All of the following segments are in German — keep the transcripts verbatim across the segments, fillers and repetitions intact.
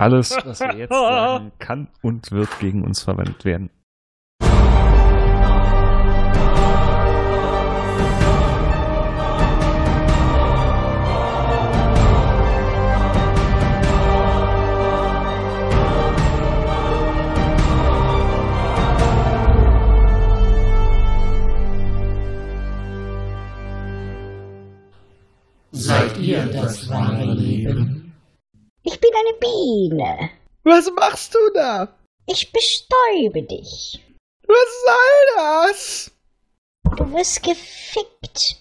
Alles, was wir jetzt sagen, kann und wird gegen uns verwendet werden. Seid ihr das wahre Leben? Ich bin eine Biene. Was machst du da? Ich bestäube dich. Was soll das? Du wirst gefickt.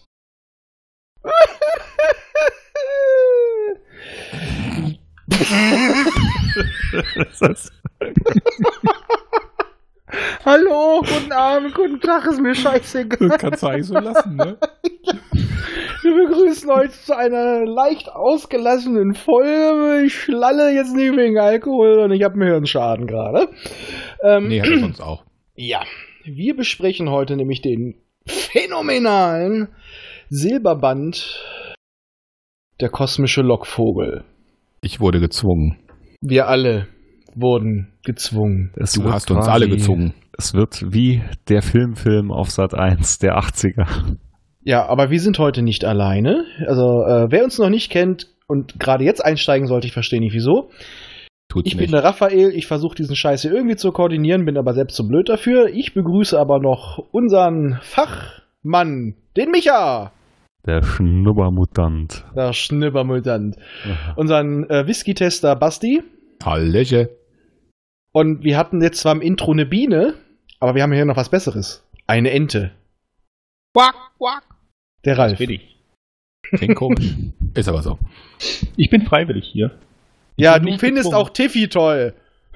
Hallo, guten Abend, guten Tag, ist mir scheißegal. Das kannst du eigentlich so lassen, ne? Wir begrüßen euch zu einer leicht ausgelassenen Folge. Ich schlalle jetzt nicht wegen Alkohol und ich habe einen Hirnschaden gerade. Ähm, nee, hat er sonst auch. Ja, wir besprechen heute nämlich den phänomenalen Silberband Der kosmische Lockvogel. Ich wurde gezwungen. Wir alle wurden gezwungen. Es du hast uns alle gezwungen. Es wird wie der Filmfilm auf Sat eins der achtziger. Ja, aber wir sind heute nicht alleine. Also, äh, wer uns noch nicht kennt und gerade jetzt einsteigen sollte, ich verstehe nicht wieso. Tut's ich nicht. bin der Raphael, ich versuche diesen Scheiß hier irgendwie zu koordinieren, bin aber selbst zu blöd dafür. Ich begrüße aber noch unseren Fachmann, den Micha. Der Schnubbermutant. Der Schnubbermutant. Ja. Unseren äh, Whisky-Tester Basti. Hallöche. Und wir hatten jetzt zwar im Intro eine Biene, aber wir haben hier noch was Besseres. Eine Ente. Quack, quack. Der Ralf. Das bin ich. Klingt komisch. Ist aber so. Ich bin freiwillig hier. Ich ja, du findest gezwungen. Auch Tiffy toll.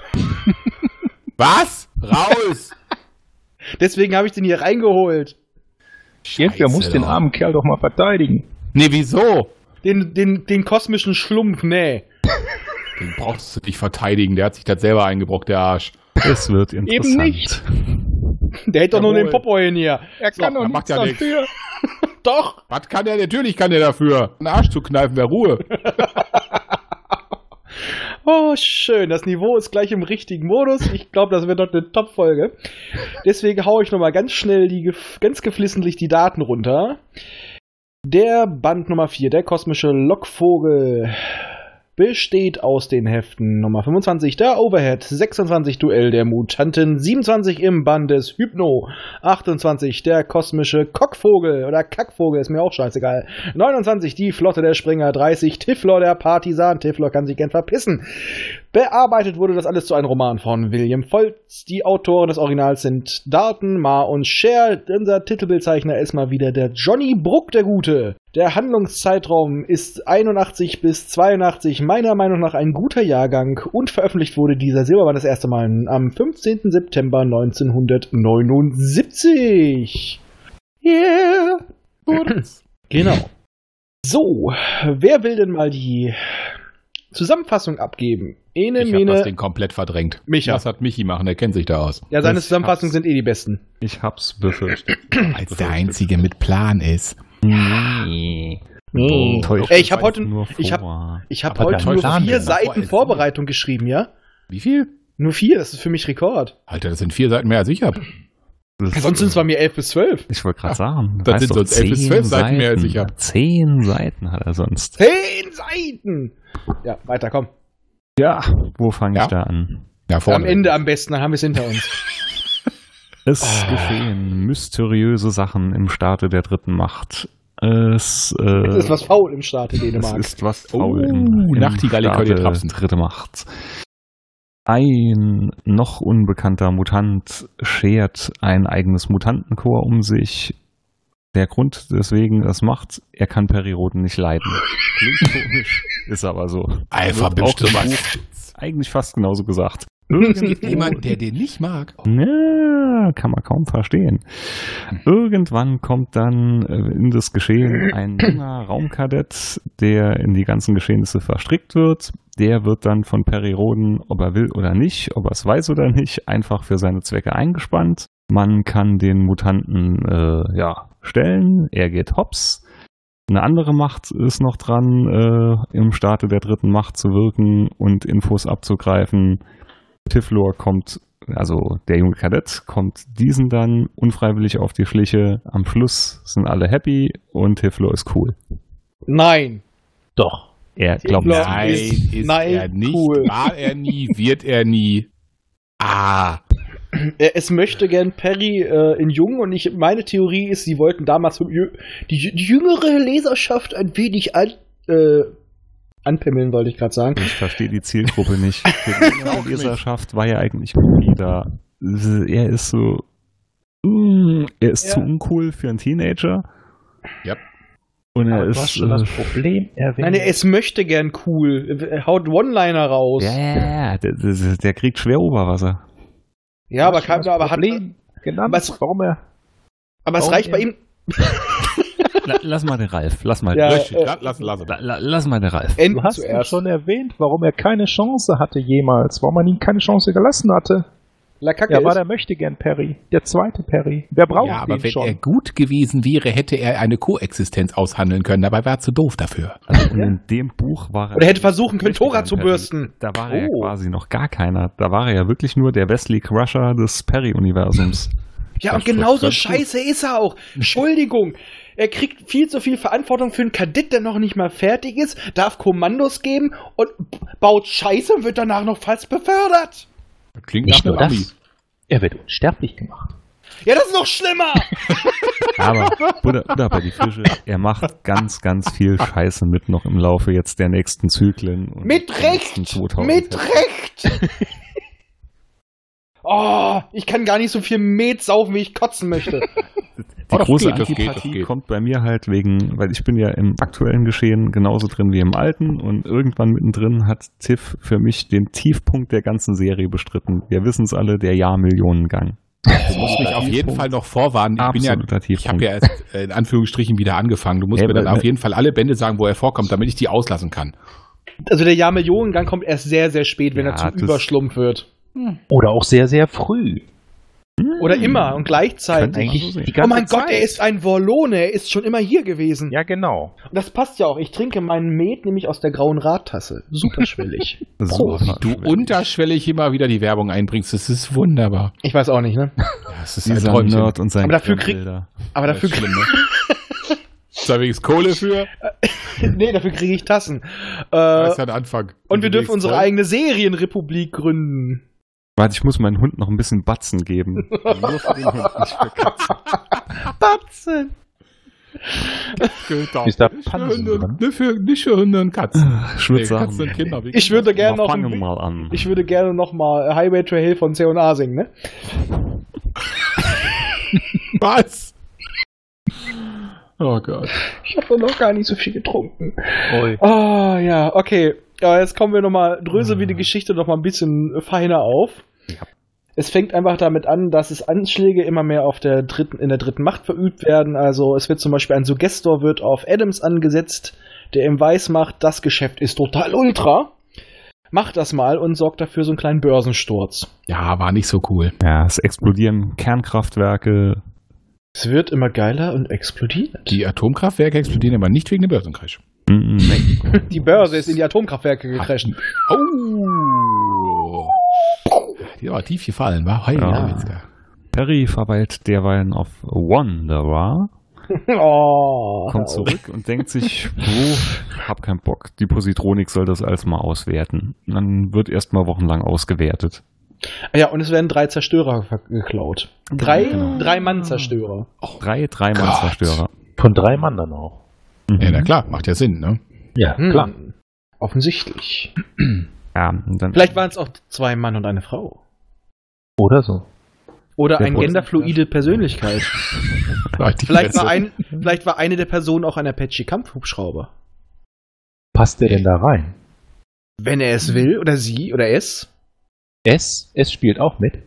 Was? Raus! Deswegen habe ich den hier reingeholt. Irgendwer muss den armen Kerl doch mal verteidigen. Nee, wieso? Den, den, den kosmischen Schlumpf, nee. Den brauchst du nicht verteidigen, der hat sich das selber eingebrockt, der Arsch. Es wird interessant. Eben nicht. Der hätte doch nur den Popo hin hier. Er kann so, doch nichts ja dafür. Doch. Was kann der? Natürlich kann der dafür. Einen Arsch zu kneifen, wäre Ruhe. Oh, schön. Das Niveau ist gleich im richtigen Modus. Ich glaube, das wird dort eine Top-Folge. Deswegen haue ich nochmal ganz schnell, die, ganz geflissentlich die Daten runter. Der Band Nummer vier, der kosmische Lockvogel, besteht aus den Heften Nummer fünfundzwanzig, der Overhead, sechsundzwanzig, Duell der Mutanten, siebenundzwanzig im Bann des Hypno, achtundzwanzig, der kosmische Kockvogel oder Kackvogel, ist mir auch scheißegal, neunundzwanzig, die Flotte der Springer, dreißig, Tiflor der Partisan, Tiflor kann sich gern verpissen. Bearbeitet wurde das alles zu einem Roman von William Foltz. Die Autoren des Originals sind Dalton, Marr und Scher. Unser Titelbildzeichner ist mal wieder der Johnny Bruck, der Gute. Der Handlungszeitraum ist einundachtzig bis zweiundachtzig, meiner Meinung nach ein guter Jahrgang, und veröffentlicht wurde dieser Silberband das erste Mal am fünfzehnten September neunzehnhundertneunundsiebzig. Yeah! Genau. So, wer will denn mal die Zusammenfassung abgeben? Ene, ich mene, hab das Ding komplett verdrängt. Micha. Das hat Michi machen, der kennt sich da aus. Ja, seine Zusammenfassungen sind eh die besten. Ich hab's befürchtet. Als der Einzige mit Plan ist. Nee. Nee. Täuscht Ey, ich habe euch heute, nur ich hab, vor. ich hab Aber heute dein nur Plan vier wäre Seiten davor Vorbereitung geschrieben, ja? Wie viel? Nur vier, das ist für mich Rekord. Alter, das sind vier Seiten mehr als ich hab. Ja, sonst sind es bei mir elf bis zwölf. Ich wollte gerade sagen. Das sind sonst elf bis zwölf Seiten mehr als ich hab. Zehn Seiten hat er sonst. Zehn Seiten! Ja, weiter, komm. Ja, wo fange Ja. ich da an? Ja, vorne. Am Ende am besten, dann haben wir es hinter uns. Es geschehen mysteriöse Sachen im Staate der dritten Macht. Es, äh, Es ist was faul im Staate Dänemark. Es ist was Oh, faul im, im Nachtigalle kann dir Staate trapsen. dritte Macht. Ein noch unbekannter Mutant schert ein eigenes Mutantenkorps um sich. Der Grund, weswegen er es macht, er kann Perioden nicht leiden. Klingt komisch, ist aber so. Alpha Wird auch bestimmt im was. Buch eigentlich fast genauso gesagt. Gibt jemand, der den nicht mag? Ja, kann man kaum verstehen. Irgendwann kommt dann in das Geschehen ein junger Raumkadett, der in die ganzen Geschehnisse verstrickt wird. Der wird dann von Perioden, ob er will oder nicht, ob er es weiß oder nicht, einfach für seine Zwecke eingespannt. Man kann den Mutanten äh, ja, stellen, er geht hops. Eine andere Macht ist noch dran, äh, im Staate der dritten Macht zu wirken und Infos abzugreifen. Tiflor kommt, also der junge Kadett, kommt diesen dann unfreiwillig auf die Schliche. Am Schluss sind alle happy und Tiflor ist cool. Nein. Doch. Er glaubt Tiflor Nein, ist- ist nein, er nicht. cool. War er nie, wird er nie. Ah. Äh, Es möchte gern Perry äh, in Jung und ich, meine Theorie ist, sie wollten damals jü- die, jü- die jüngere Leserschaft ein wenig an, äh, anpimmeln, wollte ich gerade sagen. Ich verstehe die Zielgruppe nicht. Für die jüngere Leserschaft war ja eigentlich irgendwie da. Er ist so. Mm, er ist Ja. zu uncool für einen Teenager. Ja. Und er Aber ist. du hast schon das äh, Problem erwähnt. Nein, es möchte gern cool. Er haut One-Liner raus. ja, ja, ja, der, der, der kriegt schwer Oberwasser. Ja, aber, kann, das aber, hat, Problem genannt, aber es- warum er... aber es warum reicht bei er- ihm. La, lass mal den Ralf. Lass mal. Ja, Richtig, äh, la- lass, lass. la, la, lass mal den Ralf. Enden Du hast ja zuerst. schon erwähnt, warum er keine Chance hatte jemals, warum man ihm keine Chance gelassen hatte. La Kacke Er war ist, der Möchtegern Perry, der zweite Perry. Wer braucht Ja, aber den wenn schon? er gut gewesen wäre, hätte er eine Koexistenz aushandeln können. Dabei war er zu doof dafür. Also, und in dem Buch war er. oder hätte versuchen können, Tora Möchtegern zu Perry. bürsten. Da war er Oh. ja quasi noch gar keiner. Da war er ja wirklich nur der Wesley Crusher des Perry-Universums. Ja, Das und genauso wird ganz gut. scheiße ist er auch. Entschuldigung. Er kriegt viel zu viel Verantwortung für einen Kadett, der noch nicht mal fertig ist, darf Kommandos geben und b- baut Scheiße und wird danach noch fast befördert. Klingt Nicht nach nur einem Ami. das, er wird unsterblich gemacht. Ja, das ist noch schlimmer. Aber Buddha, Buddha bei die Fische, er macht ganz, ganz viel Scheiße mit noch im Laufe jetzt der nächsten Zyklen. Und Mit der nächsten Recht. zweitausend. Mit Recht. Oh, ich kann gar nicht so viel Met saufen, wie ich kotzen möchte. Die Oh, das große geht, das geht, Antipathie das geht. kommt bei mir halt wegen, weil ich bin ja im aktuellen Geschehen genauso drin wie im alten und irgendwann mittendrin hat Tiff für mich den Tiefpunkt der ganzen Serie bestritten. Wir wissen es alle, der Jahrmillionengang. Du musst mich auf jeden Fall noch vorwarnen. Ich bin ja, Absoluter ich habe Tiefpunkt. ja erst äh, in Anführungsstrichen wieder angefangen. Du musst Ja, mir dann aber- auf jeden Fall alle Bände sagen, wo er vorkommt, damit ich die auslassen kann. Also der Jahrmillionengang kommt erst sehr, sehr spät, wenn Ja, er zu das- Überschlumpf wird. Oder auch sehr, sehr früh. Oder immer und gleichzeitig. Könnte man so sehen. die Oh ganze mein Gott, Zeit. er ist ein Vorlone, er ist schon immer hier gewesen. Ja, genau. Und das passt ja auch. Ich trinke meinen Met nämlich aus der grauen Radtasse. Superschwellig. So, Du unterschwellig immer wieder die Werbung einbringst, das ist wunderbar. Ich weiß auch nicht, ne? Das ist ein dieser Träumchen. Nerd und sein Aber dafür krieg- Krembilder. Aber Das dafür, ist schlimm, ne? Ist da wenigstens Kohle für? nee, dafür kriege ich Tassen. Das Äh, ist ja der Anfang. und wir dürfen unsere Nächste. eigene Serienrepublik gründen. Warte, ich muss meinem Hund noch ein bisschen Batzen geben. Nur für den Hund, nicht für Katzen. Batzen. Genau. Ist da Nicht für Pansen Hunde- drin? Nicht für, nicht für Hunde und Katzen. Ich würde Nee, sagen, Katzen und Kinder. wie Ich würde gerne wir noch, fangen ein, mal an. ich würde gerne noch mal Highway to Hell von C und A singen, ne? Was? Oh Gott. Ich habe noch gar nicht so viel getrunken. Ui. Ah, ja, okay. Ja, jetzt kommen wir nochmal, dröseln wir die Geschichte noch mal ein bisschen feiner auf. Ja. Es fängt einfach damit an, dass es Anschläge immer mehr auf der dritten, in der dritten Macht verübt werden. Also es wird zum Beispiel ein Suggestor wird auf Adams angesetzt, der ihm weiß macht, das Geschäft ist total ultra. Macht das mal und sorgt dafür so einen kleinen Börsensturz. Ja, war nicht so cool. Ja, es explodieren Kernkraftwerke. Es wird immer geiler und explodiert. Die Atomkraftwerke explodieren aber nicht wegen dem Börsencrash. Mm, nee. Die Börse ist in die Atomkraftwerke gecrasht. Oh. Die ist aber tief gefallen, war? Hey, Ja. Witzka. Perry verweilt derweil auf Wanderer, Oh. kommt zurück und denkt sich, oh, hab keinen Bock. Die Positronik soll das alles mal auswerten. Und dann wird erstmal wochenlang ausgewertet. Ja, und es werden drei Zerstörer ver- geklaut. Drei, Genau. drei Mann-Zerstörer. Drei Dreimann-Zerstörer. Von drei Mann dann auch. Ja, na Mhm. klar, macht ja Sinn, ne? Ja, Hm, klar. Offensichtlich. Ja, und dann Vielleicht waren es auch zwei Mann und eine Frau. Oder so. Oder Der eine Wolf- genderfluide Persönlichkeit. Vielleicht, die Vielleicht war, beste. ein, vielleicht war eine der Personen auch ein Apache-Kampfhubschrauber. Passt der denn da rein? Wenn er es will, oder sie, oder es. S, S spielt auch mit.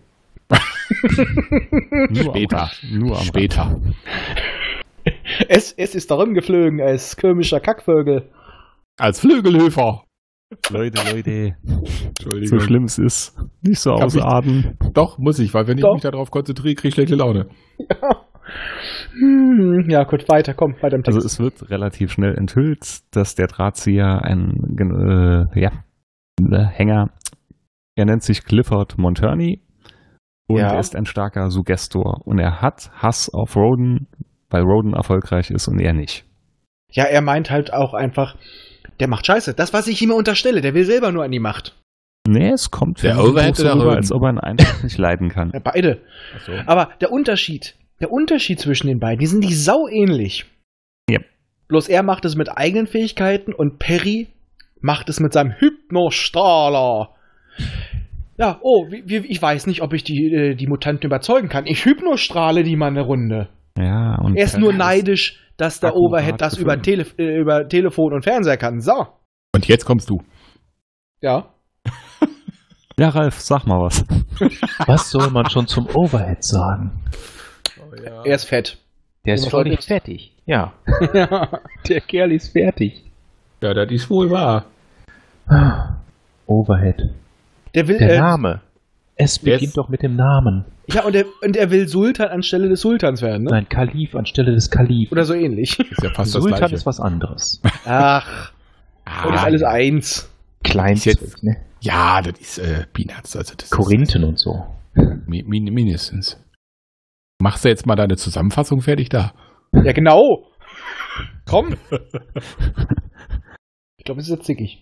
nur Später. Am Rand, nur am Später. Es, es ist darum geflogen, als komischer Kackvögel. Als Flügelhöfer. Rand. Leute, Leute, Entschuldigung. so schlimm es ist. Nicht so Ich hab mich- ausarten. Doch, muss ich, weil wenn ich Doch. mich darauf konzentriere, kriege ich schlechte Laune. Hm, ja, gut, weiter, komm, weiter im Text. Also es wird relativ schnell enthüllt, dass der Drahtzieher ein äh, ja, Hänger, er nennt sich Clifford Monturney und Ja. er ist ein starker Suggestor und er hat Hass auf Roden, weil Roden erfolgreich ist und er nicht. Ja, er meint halt auch einfach, der macht Scheiße. Das, was ich ihm unterstelle, der will selber nur an die Macht. Nee, es kommt Der für mich Overhead so oder rüber, Roden? als ob er ihn einfach nicht leiden kann. Ja, beide. Ach so. Aber der Unterschied, der Unterschied zwischen den beiden, die sind die sau ähnlich. Yep. Bloß er macht es mit eigenen Fähigkeiten und Perry macht es mit seinem Hypnostrahler. Ja, oh, wie, wie, ich weiß nicht, ob ich die, äh, die Mutanten überzeugen kann. Ich hypnostrahle die mal eine Runde. Ja, und Er ist nur neidisch, dass der akkurat Overhead das über, gefilmt. Tele äh, über Telefon und Fernseher kann. So. Und jetzt kommst du. Ja. Ja, Ralf, sag mal was. Was soll man schon zum Overhead sagen? Er ist fett. Der ist Was völlig soll das? fertig. Ja, Ja. der Kerl ist fertig. Ja, das ist wohl wahr. Overhead. Der will, Der äh, Name. Es Der beginnt ist- doch mit dem Namen. ja, und er, und er will Sultan anstelle des Sultans werden, ne? Nein, Kalif anstelle des Kalif. Oder so ähnlich. Ist ja fast das Sultan Gleiche. ist was anderes. Ach, Ah, und ist alles eins. Kleinzeug, jetzt- ne? ja, das ist äh, Peanuts. Also das Korinthen und so. Ist, mi mi mindestens. Machst du jetzt mal deine Zusammenfassung fertig da? Ja, genau. Komm. Ich glaube, es ist jetzt zickig.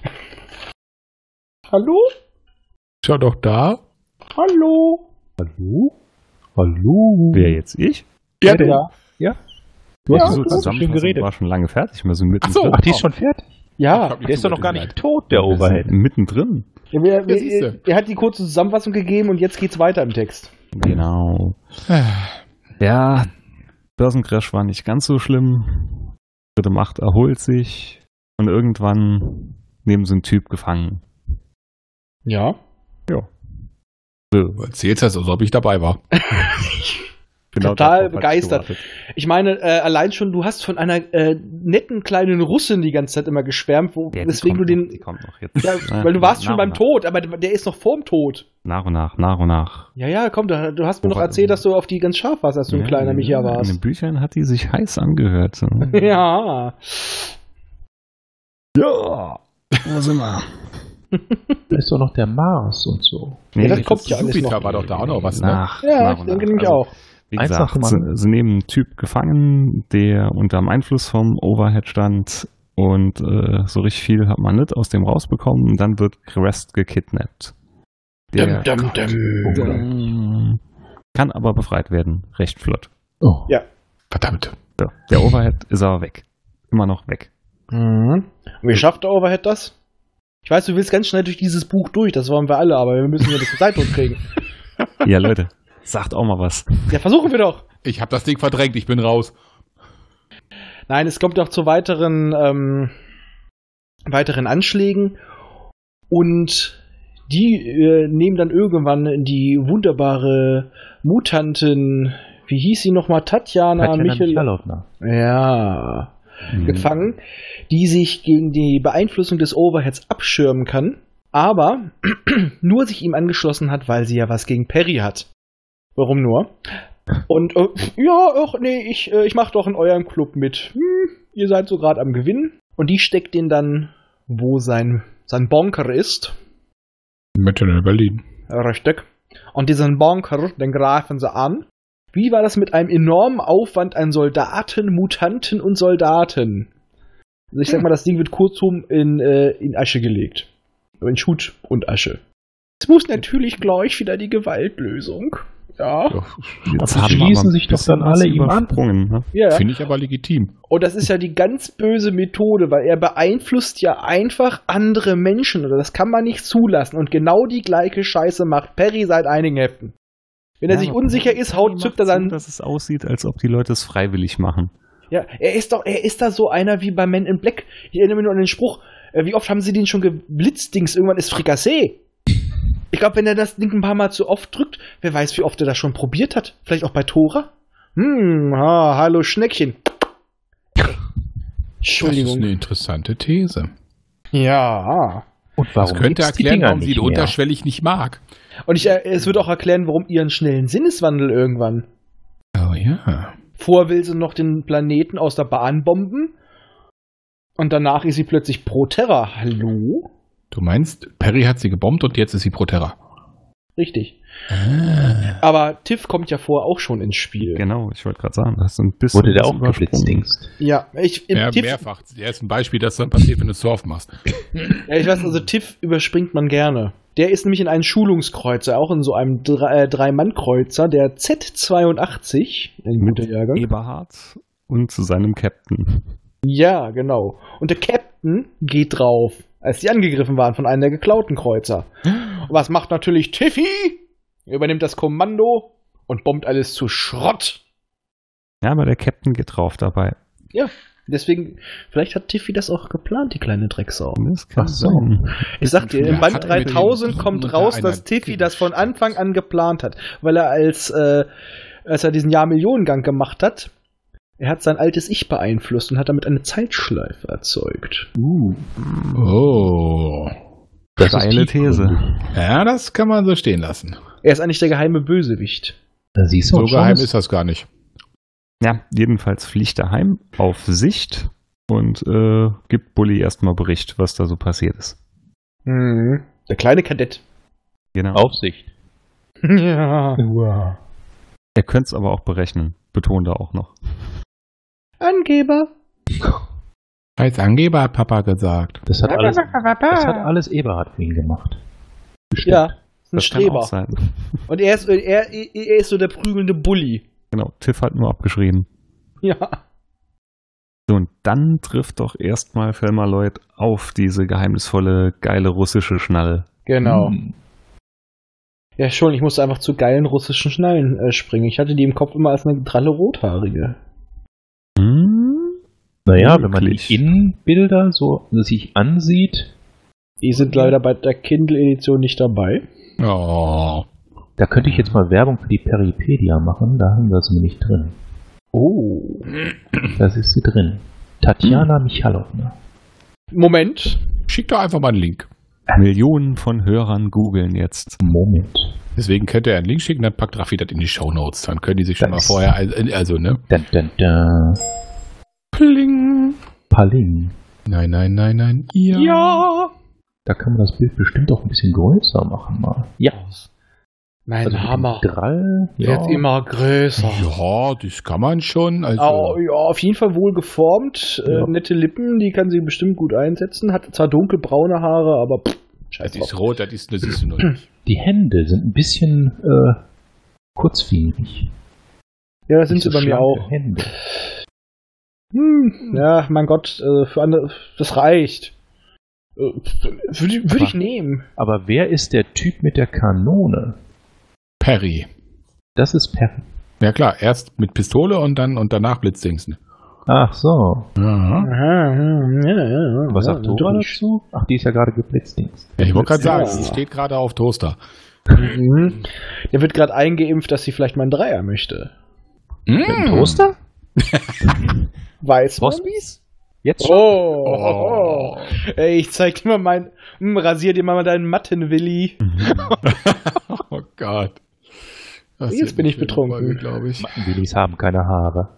Hallo? Schau doch da. Hallo? Hallo? Hallo? Wer jetzt? Ich? Ja, der- ja. Ja. Du Ja, hast so so schön Zusammenfassung geredet. war schon lange fertig. Wir sind Ach so. mittendrin. Ach, die ist schon fertig? Ja. Hab mich Der ist doch noch gar zugeleitet. nicht tot, der Wir Overhead. sind mittendrin. Ja, wir, Ja, siehste. wir, er hat die kurze Zusammenfassung gegeben und jetzt geht's weiter im Text. Genau. Ja, Börsencrash war nicht ganz so schlimm. Dritte Macht erholt sich und irgendwann nehmen sie einen Typ gefangen. Ja. So, Du erzählst das, als ob ich dabei war. genau Total darauf hatte ich begeistert. gewartet. Ich meine, äh, allein schon, du hast von einer äh, netten kleinen Russin die ganze Zeit immer geschwärmt, wo, Ja, die weswegen du kommt den. noch, die kommt noch jetzt. Ja, Äh, weil du warst nach schon und beim nach. Tod, aber der ist noch vorm Tod. Nach und nach, nach und nach. Ja, ja, komm, du, du hast mir Wo noch war- erzählt, dass du auf die ganz scharf warst, als du ein Ja, kleiner Micha In warst. den Büchern hat die sich heiß angehört. So. Ja. Ja, wo sind wir? Da ist doch noch der Mars und so. Ja, das Nee, kommt ja alles Jupiter noch. war doch da auch noch was, ne? nach, Ja, nach ich und denke nach. nämlich Also, auch. Wie Einfach gesagt, sie, mal. sie nehmen einen Typ gefangen, der unter dem Einfluss vom Overhead stand und äh, so richtig viel hat man nicht aus dem rausbekommen. Dann wird Crest gekidnappt. Der Dum, dum, dum. ähm, kann aber befreit werden, recht flott. Oh. Ja. Verdammt. So, der Overhead ist aber weg. Immer noch weg. Mhm. Und wie schafft der Overhead das? Ich weiß, du willst ganz schnell durch dieses Buch durch, das wollen wir alle, aber wir müssen ja das zum Zeitdruck kriegen. Ja, Leute, sagt auch mal was. Ja, versuchen wir doch. Ich habe das Ding verdrängt, ich bin raus. Nein, es kommt auch zu weiteren, ähm, weiteren Anschlägen und die äh, nehmen dann irgendwann die wunderbare Mutantin, wie hieß sie nochmal, Tatjana, Tatjana Michel Michalowna. ja, Mhm. gefangen, die sich gegen die Beeinflussung des Overheads abschirmen kann, aber nur sich ihm angeschlossen hat, weil sie ja was gegen Perry hat. Warum nur? Und äh, ja, ach nee, ich, äh, ich mach doch in eurem Club mit. Hm, ihr seid so gerade am Gewinn. Und die steckt den dann, wo sein, sein Bonker ist. Mitten in Berlin. Richtig. Und diesen Bonker, den greifen sie an. Wie war das mit einem enormen Aufwand an Soldaten, Mutanten und Soldaten? Also ich sag mal, das Ding wird kurzum in, äh, in Asche gelegt. In Schutt und Asche. Es muss natürlich gleich wieder die Gewaltlösung. Ja. Jetzt Aber haben wir schließen aber ein sich doch bisschen dann was alle ihm an. übersprungen, ne? Ja. Finde ich aber legitim. Und das ist ja die ganz böse Methode, weil er beeinflusst ja einfach andere Menschen. Oder das kann man nicht zulassen. Und genau die gleiche Scheiße macht Perry seit einigen Heften. Wenn er Ja, sich aber unsicher Perry ist, haut, macht zückt er so, seinen. dass es aussieht, als ob die Leute es freiwillig machen. Ja, er ist doch, er ist da so einer wie bei Men in Black. Ich erinnere mich nur an den Spruch, äh, wie oft haben sie den schon geblitzt, Dings, irgendwann ist Frikassee. Ich glaube, wenn er das Ding ein paar Mal zu oft drückt, wer weiß, wie oft er das schon probiert hat. Vielleicht auch bei Tora? Hm, ha, hallo Schneckchen. Das ist Entschuldigung. eine interessante These. Ja. Und warum Das könnte gibt's die erklären, Dinger warum sie nicht ihn mehr? unterschwellig nicht mag. Und ich, äh, es wird auch erklären, warum ihren schnellen Sinneswandel irgendwann. Oh ja. Ja. Vorher will sie noch den Planeten aus der Bahn bomben. Und danach ist sie plötzlich pro Terra. Hallo? Du meinst, Perry hat sie gebombt und jetzt ist sie pro Terra. Richtig. Ah. Aber Tiff kommt ja vorher auch schon ins Spiel. Genau, ich wollte gerade sagen, das ist ein bisschen Wurde der was auch geblitzt? übersprungen. Ja, ich, im Ja, Tiff, mehrfach. Der ist ein Beispiel, das dann passiert, wenn du Surf machst. ja, ich weiß, also Tiff überspringt man gerne. Der ist nämlich in einem Schulungskreuzer, auch in so einem Drei- äh, Drei-Mann-Kreuzer, der Z zweiundachtzig, ein guter Jahrgang. Eberhard und zu seinem Captain. Ja, genau. Und der Captain geht drauf, als die angegriffen waren von einem der geklauten Kreuzer. Und was macht natürlich Tiffy? Er übernimmt das Kommando und bombt alles zu Schrott. Ja, aber der Captain geht drauf dabei. Ja, deswegen, vielleicht hat Tiffy das auch geplant, die kleine Drecksau. Das kann Ach so. sein. Ich sag dir, im Ja, Band hat er mit dreitausend dem- kommt unter raus, einer dass Tiffy das von Kinder- Anfang an geplant hat, weil er als, äh, als er diesen Jahrmillionengang gemacht hat, er hat sein altes Ich beeinflusst und hat damit eine Zeitschleife erzeugt. Uh, Oh. das Steile ist These. Ja, das kann man so stehen lassen. Er ist eigentlich der geheime Bösewicht. Da siehst du So auch schon, geheim dass- ist das gar nicht. Ja, jedenfalls fliegt er heim auf Sicht und äh, gibt Bully erstmal Bericht, was da so passiert ist. Mhm. Der kleine Kadett. Genau. Aufsicht. Ja. Wow. Er könnte es aber auch berechnen, betont er auch noch. Angeber. Als Angeber hat Papa gesagt. Das hat alles, das hat alles Eberhard für ihn gemacht. Bestimmt. Ja, ist ein Das kann Streber. auch sein. Und er ist, er, er ist so der prügelnde Bully. Genau, Tiff hat nur abgeschrieben. Ja. So, und dann trifft doch erstmal Thelma Lloyd auf diese geheimnisvolle, geile russische Schnalle. Genau. Hm. Ja, schon, ich musste einfach zu geilen russischen Schnallen äh, springen. Ich hatte die im Kopf immer als eine dralle Rothaarige. Hm? Naja, wenn man die Möglich. Innenbilder so sich ansieht, Die sind leider bei der Kindle-Edition nicht dabei. Oh. da könnte ich jetzt mal Werbung für die Peripedia machen, da haben wir sie nicht drin. Oh. Das ist sie drin. Tatjana Michalowna. Moment. Schick doch einfach mal einen Link. Millionen von Hörern googeln jetzt. Moment. Deswegen könnt ihr einen Link schicken, dann packt Raffi das in die Shownotes. Dann können die sich schon Das- mal vorher, also, ne? Dun, dun, dun. Pling. Paling. Nein, nein, nein, nein. Ja. Ja. Da kann man das Bild bestimmt auch ein bisschen größer machen mal. Ja. Mein Also mit dem Hammer. Drall. Wird immer größer. Ja, das kann man schon. Also, Oh, ja, auf jeden Fall wohl geformt. Ja. Äh, nette Lippen, die kann sie bestimmt gut einsetzen. Hat zwar dunkelbraune Haare, aber pff, scheiß das ist drauf. rot, das ist, das siehst du nur nicht. Die Hände sind ein bisschen äh, kurzfingerig. Ja, das sind Nicht sie so bei mir schlanke auch. Hände. Hm, ja, mein Gott, äh, für andere, das reicht. Äh, Würde würd ich nehmen. Aber wer ist der Typ mit der Kanone? Perry. Das ist Perry. Ja klar, erst mit Pistole und dann und danach Blitzdingsen. Ach so. Ja. Aha, ja, ja, ja. Was ja, sagt Dora natürlich. dazu? Ach, die ist ja gerade geblitzt. Ich wollte gerade sagen, Ja. sie steht gerade auf Toaster. Mhm. Der wird gerade eingeimpft, dass sie vielleicht mal einen Dreier möchte. Mit dem Toaster? Weiß man? Rossbies? Jetzt Oh, schon? oh, oh. Ey, ich zeig dir mal mein. Hm, rasier dir mal deinen Mattenwilli. Oh Gott. Das Jetzt wird bin eine ich schöne betrunken. Folge, glaube ich. Willis haben keine Haare.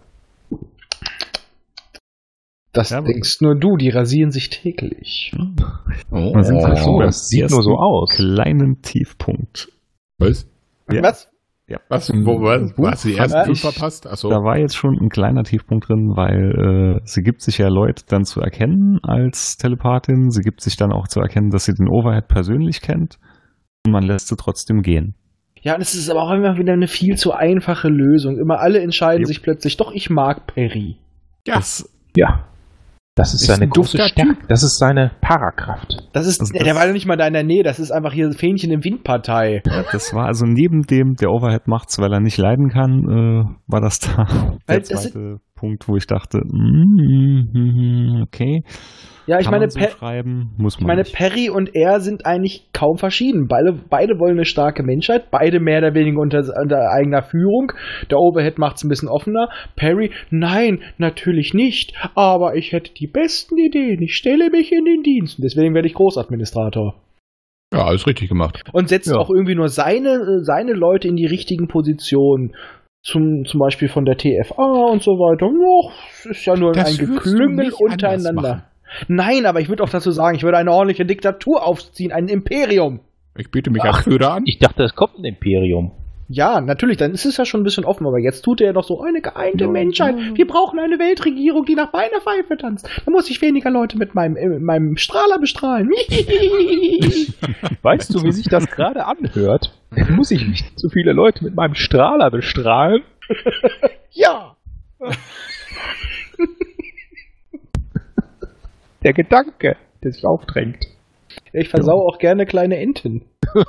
Das Ja, aber- denkst nur du, die rasieren sich täglich. Oh, Da sind wir schon Oh, beim das sieht ersten nur so aus. kleinen Tiefpunkt. Was? Ja. Was? Was? Wo, was? Buch Hast du die fand ersten fünf ich- verpasst? Achso. Da war jetzt schon ein kleiner Tiefpunkt drin, weil äh, sie gibt sich ja Lloyd dann zu erkennen als Telepathin. Sie gibt sich dann auch zu erkennen, dass sie den Overhead persönlich kennt. Und man lässt sie trotzdem gehen. Ja, und es ist aber auch immer wieder eine viel zu einfache Lösung. Immer alle entscheiden Jupp. sich plötzlich, doch, ich mag Perry. Ja. Das, Ja. Das ist, Ist seine ein große dufter Stärke. Das ist seine Parakraft. Das ist, Also der das- war ja nicht mal da in der Nähe, das ist einfach hier Fähnchen im Windpartei. ja, das war also neben dem, der Overhead macht's, weil er nicht leiden kann, äh, war das da Weil der das zweite Punkt, wo ich dachte, mm, mm, okay, Ja, ich kann meine, man so Per- schreiben, muss ich man meine, nicht. Perry und er sind eigentlich kaum verschieden. Beide, beide wollen eine starke Menschheit, beide mehr oder weniger unter, unter eigener Führung. Der Overhead macht es ein bisschen offener. Perry, nein, natürlich nicht, aber ich hätte die besten Ideen. Ich stelle mich in den Dienst. Und deswegen werde ich Großadministrator. Ja, alles richtig gemacht. Und setzt Ja. auch irgendwie nur seine, seine Leute in die richtigen Positionen. zum, zum Beispiel von der T F A und so weiter. Ja, es ist ja nur Das ein würdest du Geklüngel nicht anders untereinander. machen. Nein, aber ich würde auch dazu sagen, ich würde eine ordentliche Diktatur aufziehen, ein Imperium. Ich biete mich als Führer an. Ich dachte, es kommt ein Imperium. Ja, natürlich, dann ist es ja schon ein bisschen offen, aber jetzt tut er ja noch so eine geeinte Menschheit. Wir brauchen eine Weltregierung, die nach meiner Pfeife tanzt. Da muss ich weniger Leute mit meinem, äh, mit meinem Strahler bestrahlen. Weißt du, wie sich das gerade anhört? Muss ich nicht so viele Leute mit meinem Strahler bestrahlen? Ja. Der Gedanke, der sich aufdrängt. Ich versau auch gerne kleine Enten.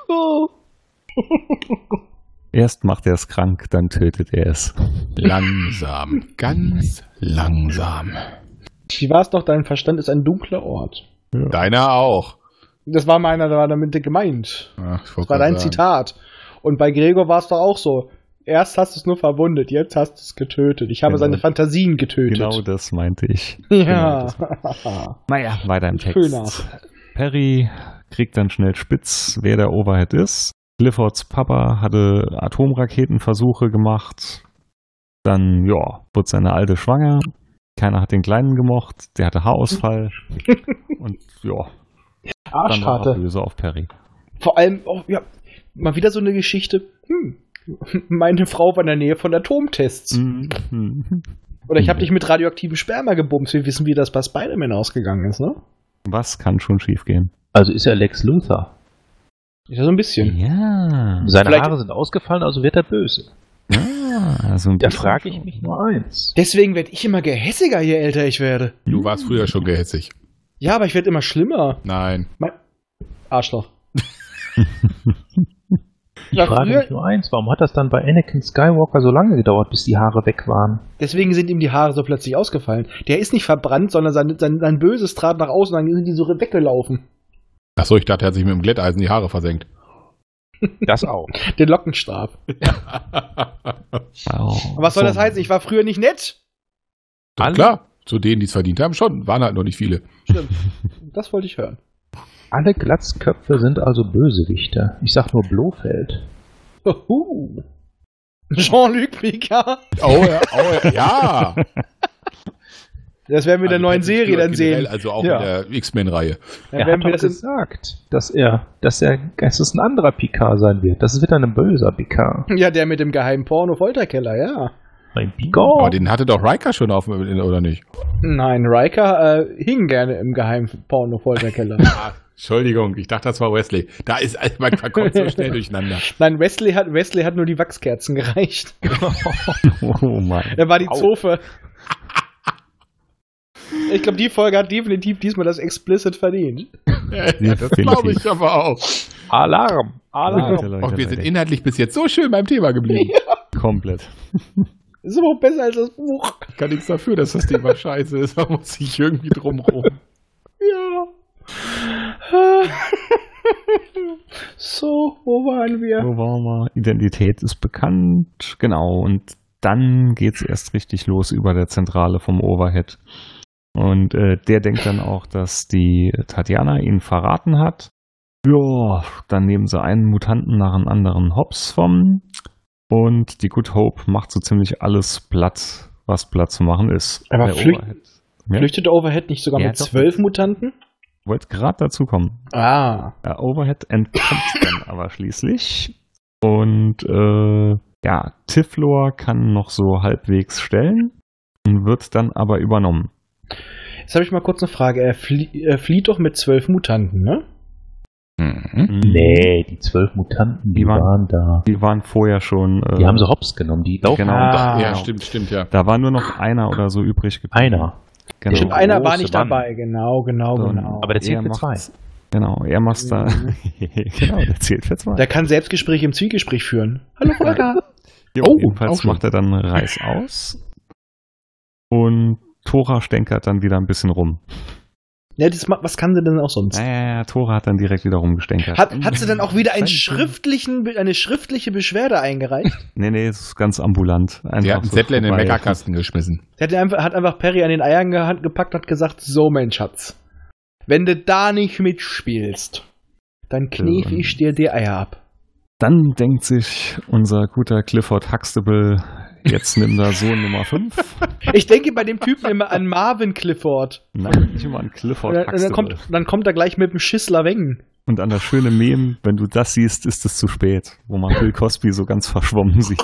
Erst macht er es krank, dann tötet er es. Langsam, ganz langsam. Wie war es doch, dein Verstand ist ein dunkler Ort. Deiner auch. Das war meiner, da war damit gemeint. Ach, ich Das war dein sagen. Zitat. Und bei Gregor war es doch auch so. Erst hast du es nur verwundet, jetzt hast du es getötet. Ich habe Genau. seine Fantasien getötet. Genau das meinte ich. Ja. Genau das. Naja, weiter im Text. Schöner. Perry kriegt dann schnell spitz, wer der Overhead ist. Cliffords Papa hatte Atomraketenversuche gemacht. Dann, ja, wurde seine Alte schwanger. Keiner hat den Kleinen gemocht. Der hatte Haarausfall. Und ja, dann war er Arschkarte. böse auf Perry. Vor allem, oh, ja, mal wieder so eine Geschichte. Hm. Meine Frau war in der Nähe von Atomtests. Mhm. Oder ich habe dich mit radioaktivem Sperma gebumst. Wir wissen, wie das bei Spider-Man ausgegangen ist, ne? Was kann schon schiefgehen? Also ist er Lex Luthor. Ja, so ein bisschen. Ja. Seine Vielleicht- Haare sind ausgefallen, also wird er böse. Ah, so ein Da bisschen frage ich schon. mich nur eins. Deswegen werde ich immer gehässiger, je älter ich werde. Du warst früher schon gehässig. Ja, aber ich werde immer schlimmer. Nein. Mein Arschloch. Ich Ja, frage früher- mich nur eins, warum hat das dann bei Anakin Skywalker so lange gedauert, bis die Haare weg waren? Deswegen sind ihm die Haare so plötzlich ausgefallen. Der ist nicht verbrannt, sondern sein, sein, sein Böses trat nach außen, dann sind die so weggelaufen. Achso, ich dachte, er hat sich mit dem Glätteisen die Haare versenkt. Das auch. Den Lockenstab. Wow. Was soll So. das heißen? Ich war früher nicht nett? Doch, Alle- klar, zu denen, die es verdient haben, schon. Waren halt noch nicht viele. Stimmt. Das wollte ich hören. Alle Glatzköpfe sind also Bösewichte. Ich sag nur Blofeld. Huhu. Jean-Luc Picard. Oh ja, oh ja. Ja. Das werden wir in der Also neuen Patrick Serie Stewart dann generell, sehen. Also auch Ja. in der X-Men-Reihe. Dann Er werden hat wir doch das in, gesagt, dass er, dass er, dass es ein anderer Picard sein wird. Das wird dann ein böser Picard. ja, der mit dem geheimen Porno-Folterkeller, ja. Ein Picard. Aber den hatte doch Riker schon auf, oder nicht? Nein, Riker äh, hing gerne im geheimen Porno-Folterkeller. Ah, Entschuldigung, ich dachte, das war Wesley. Da ist, man kommt so schnell durcheinander. Nein, Wesley hat, Wesley hat nur die Wachskerzen gereicht. Oh Mann. Er war die Au. Zofe. Ich glaube, die Folge hat definitiv diesmal das Explicit verdient. Ja, das glaube ich aber auch. Alarm! Alarm! Leute, Leute, Und wir sind Leute. inhaltlich bis jetzt so schön beim Thema geblieben. Komplett. Ist aber auch besser als das Buch. Ich kann nichts dafür, dass das Thema scheiße ist. Da muss ich irgendwie drum rum. Ja. So, wo waren wir? Wo waren wir? Identität ist bekannt. Genau. Und dann geht's erst richtig los über der Zentrale vom Overhead. Und äh, der denkt dann auch, dass die Tatjana ihn verraten hat. Ja, dann nehmen sie einen Mutanten nach dem anderen Hops vom. Und die Good Hope macht so ziemlich alles platt, was platt zu machen ist. Aber Der flücht- Overhead. Ja, Flüchtet Overhead nicht sogar Ja, mit doch. zwölf Mutanten? wollte gerade dazu kommen. Ah. Ja, Overhead entkommt dann aber schließlich. Und äh, ja, Tiflor kann noch so halbwegs stellen und wird dann aber übernommen. Jetzt habe ich mal kurz eine Frage. Er, flie er flieht doch mit zwölf Mutanten, ne? Mhm. Nee, die zwölf Mutanten, die, Die waren- waren, da. Die waren vorher schon. Äh, Die haben sie hops genommen, die laufen. Genau. Ah. Ja, stimmt, stimmt, ja. Da war nur noch einer oder so übrig geblieben. Einer. Genau. Stimmt, einer war große nicht Mann. dabei. Genau, genau, So, genau. Aber der zählt Er für macht- zwei. Genau, er macht da. genau, der zählt für zwei. Der kann Selbstgespräch im Zwiegespräch führen. Hallo, Volker. Jo, Oh, jedenfalls auch schon. macht er dann Reiß aus. Und Tora stänkert dann wieder ein bisschen rum. Ja, das, ma- was kann sie denn auch sonst? Naja, Tora hat dann direkt wieder rumgestänkert. Hat, hat sie dann auch wieder einen Zeig schon. schriftlichen, eine schriftliche Beschwerde eingereicht? Nee, nee, es ist ganz ambulant. Einfach Sie hat einen so Zettel in den vorbei. Meckerkasten geschmissen. Sie hat einfach, hat einfach Perry an den Eiern ge gepackt und hat gesagt, so mein Schatz, wenn du da nicht mitspielst, dann knief Ja. ich dir die Eier ab. Dann denkt sich unser guter Clifford Huxtable, jetzt nimm da Sohn Nummer fünf. Ich denke bei dem Typen immer an Marvin Clifford. Nein, nicht immer an Clifford Und dann, Huxtable. dann, kommt, dann kommt er gleich mit dem Schissler Wengen. Und an das schöne Meme, wenn du das siehst, ist es zu spät, wo man Bill Cosby so ganz verschwommen sieht.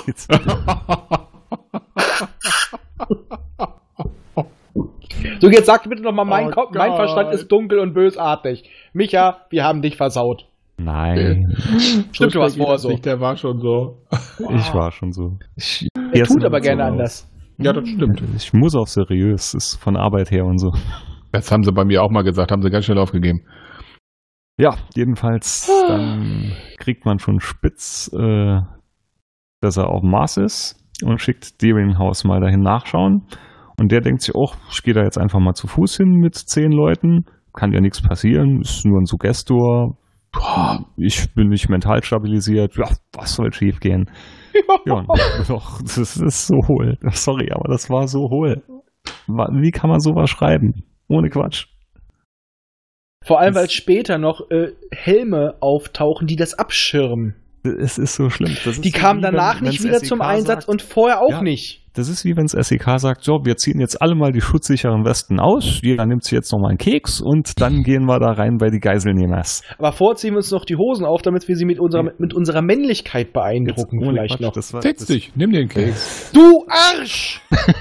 So, jetzt sag bitte nochmal, mein, Oh Kopf, mein Gott. Verstand ist dunkel und bösartig. Micha, wir haben dich versaut. Nein, Stimmt, du warst geht vorher das so. nicht, der war schon so. ich war schon so. Ich, Er tut jetzt aber so gerne aus. anders. Ja, das stimmt. Ich muss auch seriös, ist von Arbeit her und so. Das haben sie bei mir auch mal gesagt, haben sie ganz schnell aufgegeben. Ja, jedenfalls, dann kriegt man schon spitz, äh, dass er auf dem Mars ist und schickt Deeringhouse mal dahin nachschauen. Und der denkt sich auch, ich gehe da jetzt einfach mal zu Fuß hin mit zehn Leuten. Kann ja nichts passieren, ist nur ein Suggestor. Boah, ich bin nicht mental stabilisiert. Ja, was soll schief gehen? Ja, und doch, das ist so hohl. Sorry, aber das war so hohl. Wie kann man sowas schreiben? Ohne Quatsch. Vor allem, Das- weil später noch äh, Helme auftauchen, die das abschirmen. Es ist so schlimm. Das ist Die so kamen wie danach wenn- nicht wenn's wieder S E K zum Einsatz sagt, und vorher auch Ja. nicht. Das ist wie wenn das S E K sagt, so, wir ziehen jetzt alle mal die schutzsicheren Westen aus, jeder nimmt sich jetzt nochmal einen Keks und dann gehen wir da rein bei die Geiselnehmers. Aber vorziehen wir uns noch die Hosen auf, damit wir sie mit unserer, mit unserer Männlichkeit beeindrucken Jetzt ohne vielleicht Quatsch, noch. das war- Setz das- dich, nimm den Keks. Du Arsch!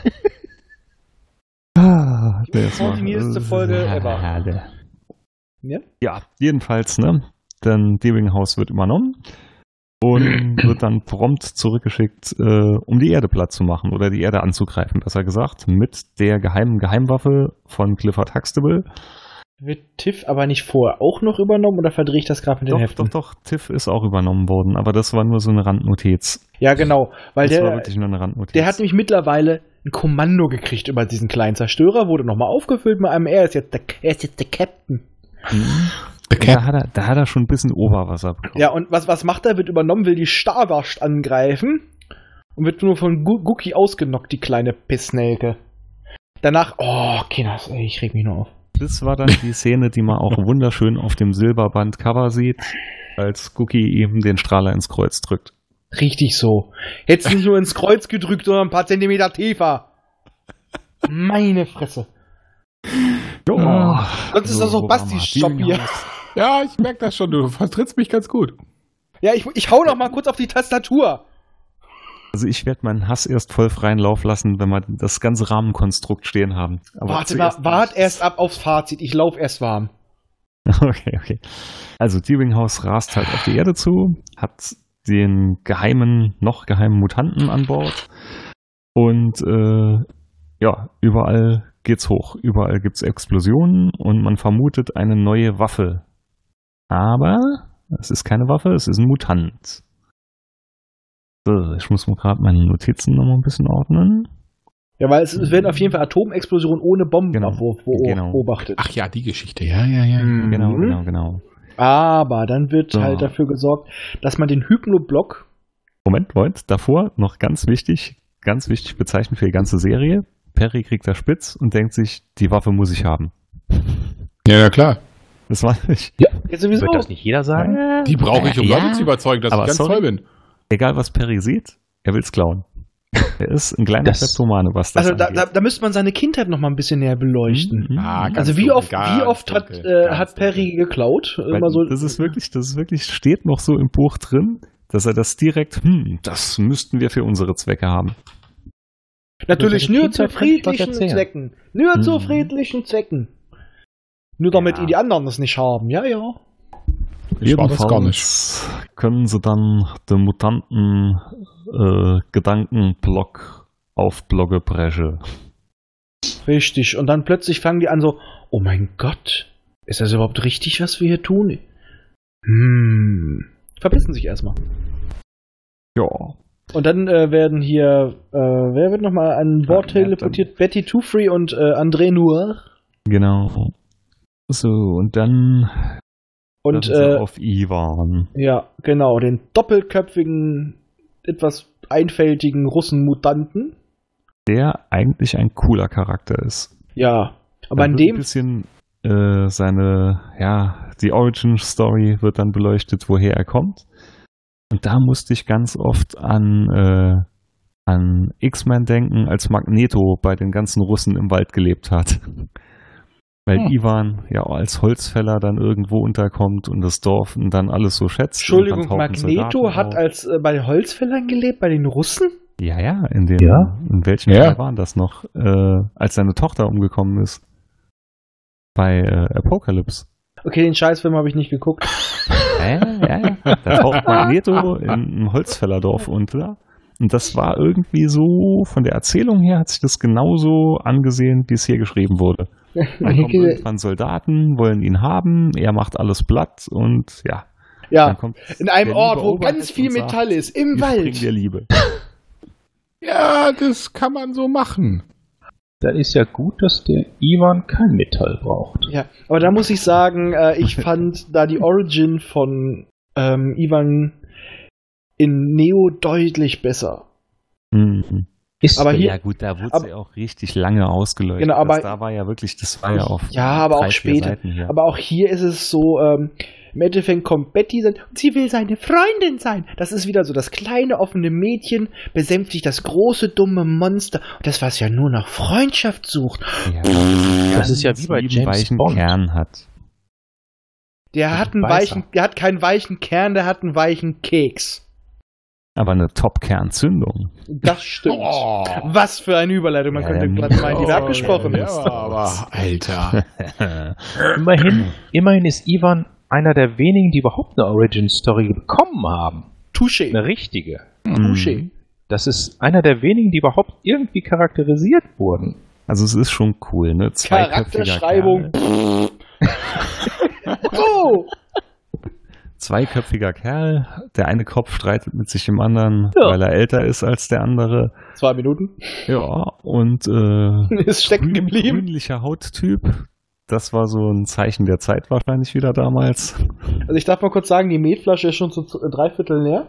Ah, das war- ordinierste Folge ever. Ja? Ja, jedenfalls, ne, dann Deeringhouse wird übernommen und wird dann prompt zurückgeschickt, äh, um die Erde platt zu machen oder die Erde anzugreifen, besser gesagt, mit der geheimen Geheimwaffe von Clifford Huxtable. Wird Tiff aber nicht vorher auch noch übernommen oder verdrehe ich das gerade mit den Doch, Heften? doch, doch, Tiff ist auch übernommen worden, aber das war nur so eine Randnotiz. Ja, genau. Weil Das war der, wirklich nur eine Randnotiz. der hat nämlich mittlerweile ein Kommando gekriegt über diesen kleinen Zerstörer, wurde nochmal aufgefüllt mit einem, er ist jetzt der, er ist jetzt der Captain. Mhm. Der Da hat, er, da hat er schon ein bisschen Oberwasser bekommen. Ja, und was, was macht er? Wird übernommen, will die Stardust angreifen und wird nur von Gu- Guki ausgenockt, die kleine Pissnelke. Danach, oh, Kinders, ey, ich reg mich nur auf. Das war dann die Szene, die man auch wunderschön auf dem Silberband-Cover sieht, als Cookie ihm den Strahler ins Kreuz drückt. Richtig so. Hättest nicht nur ins Kreuz gedrückt, sondern ein paar Zentimeter tiefer. Meine Fresse. Jo. Sonst ist das doch Bastis Shop hier. Ja, ich merke das schon, du vertrittst mich ganz gut. Ja, ich, ich hau noch mal kurz auf die Tastatur. Also ich werde meinen Hass erst voll freien Lauf lassen, wenn wir das ganze Rahmenkonstrukt stehen haben. Aber Warte mal, zuerst- wart erst ab aufs Fazit. Ich lauf erst warm. Okay, okay. Also Deeringhouse rast halt auf die Erde zu, hat den geheimen, noch geheimen Mutanten an Bord und äh, ja, überall geht's hoch. Überall gibt's Explosionen und man vermutet eine neue Waffe. Aber es ist keine Waffe, es ist ein Mutant. So, ich muss mir gerade meine Notizen noch mal ein bisschen ordnen. Ja, weil es, es werden auf jeden Fall Atomexplosionen ohne Bomben Genau. wo, wo, Genau. beobachtet. Ach ja, die Geschichte, ja, ja, ja. Mhm. Genau, genau, genau. Aber dann wird So. halt dafür gesorgt, dass man den Hypnoblock. Moment, Moment, davor noch ganz wichtig, ganz wichtig bezeichnet für die ganze Serie. Perry kriegt das spitz und denkt sich, die Waffe muss ich haben. Ja, ja, klar. Das war nicht. Jetzt sowieso. Wird das nicht jeder sagen? Die brauche ich, um Ja, Leute zu überzeugen, dass aber ich ganz sorry. toll bin. Egal, was Perry sieht, er will's klauen. Er ist ein kleiner Das- Kleptomane, was das Also da, angeht. da, da müsste man seine Kindheit noch mal ein bisschen näher beleuchten. Mhm. Ah, ganz Also wie dunkel, oft, ganz wie oft hat, dunkel, äh, ganz hat Perry dunkel. geklaut? Weil Immer so, das ist wirklich, das ist wirklich, steht noch so im Buch drin, dass er das direkt, hm, das müssten wir für unsere Zwecke haben. natürlich Seine nur zu Kindheit kann ich was friedlichen erzählen. Zwecken. Nur zu Mhm. friedlichen Zwecken. Nur damit Ja. die die anderen das nicht haben. Ja, ja. Ich war das gar nicht. Jedenfalls können sie dann den Mutanten äh, Gedankenblock auf Blogge Bresche. Richtig. Und dann plötzlich fangen die an so, oh mein Gott, ist das überhaupt richtig, was wir hier tun? Hm. Verpissen sich erstmal. Ja. Und dann äh, werden hier, äh, wer wird nochmal an Bord Ja, teleportiert? Betty Two Free und äh, André Noir. Genau. So, und dann Und treffen sie äh, auf Ivan. ja, genau, den doppelköpfigen, etwas einfältigen Russen-Mutanten. Der eigentlich ein cooler Charakter ist. Ja, aber Dann in wird ein dem, bisschen äh, seine, ja, die Origin-Story wird dann beleuchtet, woher er kommt. Und da musste ich ganz oft an, äh, an X-Men denken, als Magneto bei den ganzen Russen im Wald gelebt hat. Weil hm. Ivan ja als Holzfäller dann irgendwo unterkommt und das Dorf und dann alles so schätzt. Entschuldigung, Magneto hat als äh, bei den Holzfällern gelebt, bei den Russen? Ja, ja, in den, Ja? in welchem Ja. Jahr waren das noch, äh, als seine Tochter umgekommen ist? Bei äh, Apocalypse. Okay, den Scheißfilm habe ich nicht geguckt. Ja, ja, ja. Da taucht Magneto in einem Holzfällerdorf unter. Und das war irgendwie so, von der Erzählung her hat sich das genauso angesehen, wie es hier geschrieben wurde. Dann kommen irgendwann Soldaten, wollen ihn haben, er macht alles platt und ja. Ja, dann kommt in einem der Ort, liebe wo Oberhaupt ganz viel und sagt, Metall ist, im wir Wald. springen der Liebe. Ja, das kann man so machen. Dann ist ja gut, dass der Ivan kein Metall braucht. Ja, aber da muss ich sagen, äh, ich fand da die Origin von ähm, Ivan in Neo deutlich besser. Mhm. Ist Aber der- hier- Ja gut, da wurde aber- sie auch richtig lange ausgeleuchtet. Genau, aber- das da war ja wirklich, das war ja auf Ja, aber drei, auch vier später. Seiten hier. Aber auch hier ist es so, ähm, im Endeffekt kommt Betty und sie will seine Freundin sein. Das ist wieder so, das kleine offene Mädchen besänftigt das große dumme Monster. Und das, was ja nur nach Freundschaft sucht. ja, Das ist ja wie bei lieben James weichen Bond. Kern hat. Der hat einen Weißer. weichen, der hat keinen weichen Kern, der hat einen weichen Keks. Aber eine Top-Kernzündung. Das stimmt. Oh. Was für eine Überleitung. Man Ja, könnte der glatt meinen, die wir Oh, abgesprochen ja, ist. aber, Alter. Immerhin, immerhin ist Ivan einer der wenigen, die überhaupt eine Origin-Story bekommen haben. Touché. Eine richtige. Touché. Das ist einer der wenigen, die überhaupt irgendwie charakterisiert wurden. Also es ist schon cool, ne? Zweiköpfiger Charakterschreibung. Kerl, Oh! zweiköpfiger Kerl, der eine Kopf streitet mit sich dem anderen, Ja. weil er älter ist als der andere. Zwei Minuten. Ja, und äh, Ist stecken grün, geblieben. grünlicher Hauttyp. Das war so ein Zeichen der Zeit wahrscheinlich wieder damals. Also ich darf mal kurz sagen, die Metflasche ist schon zu z- drei Viertel leer.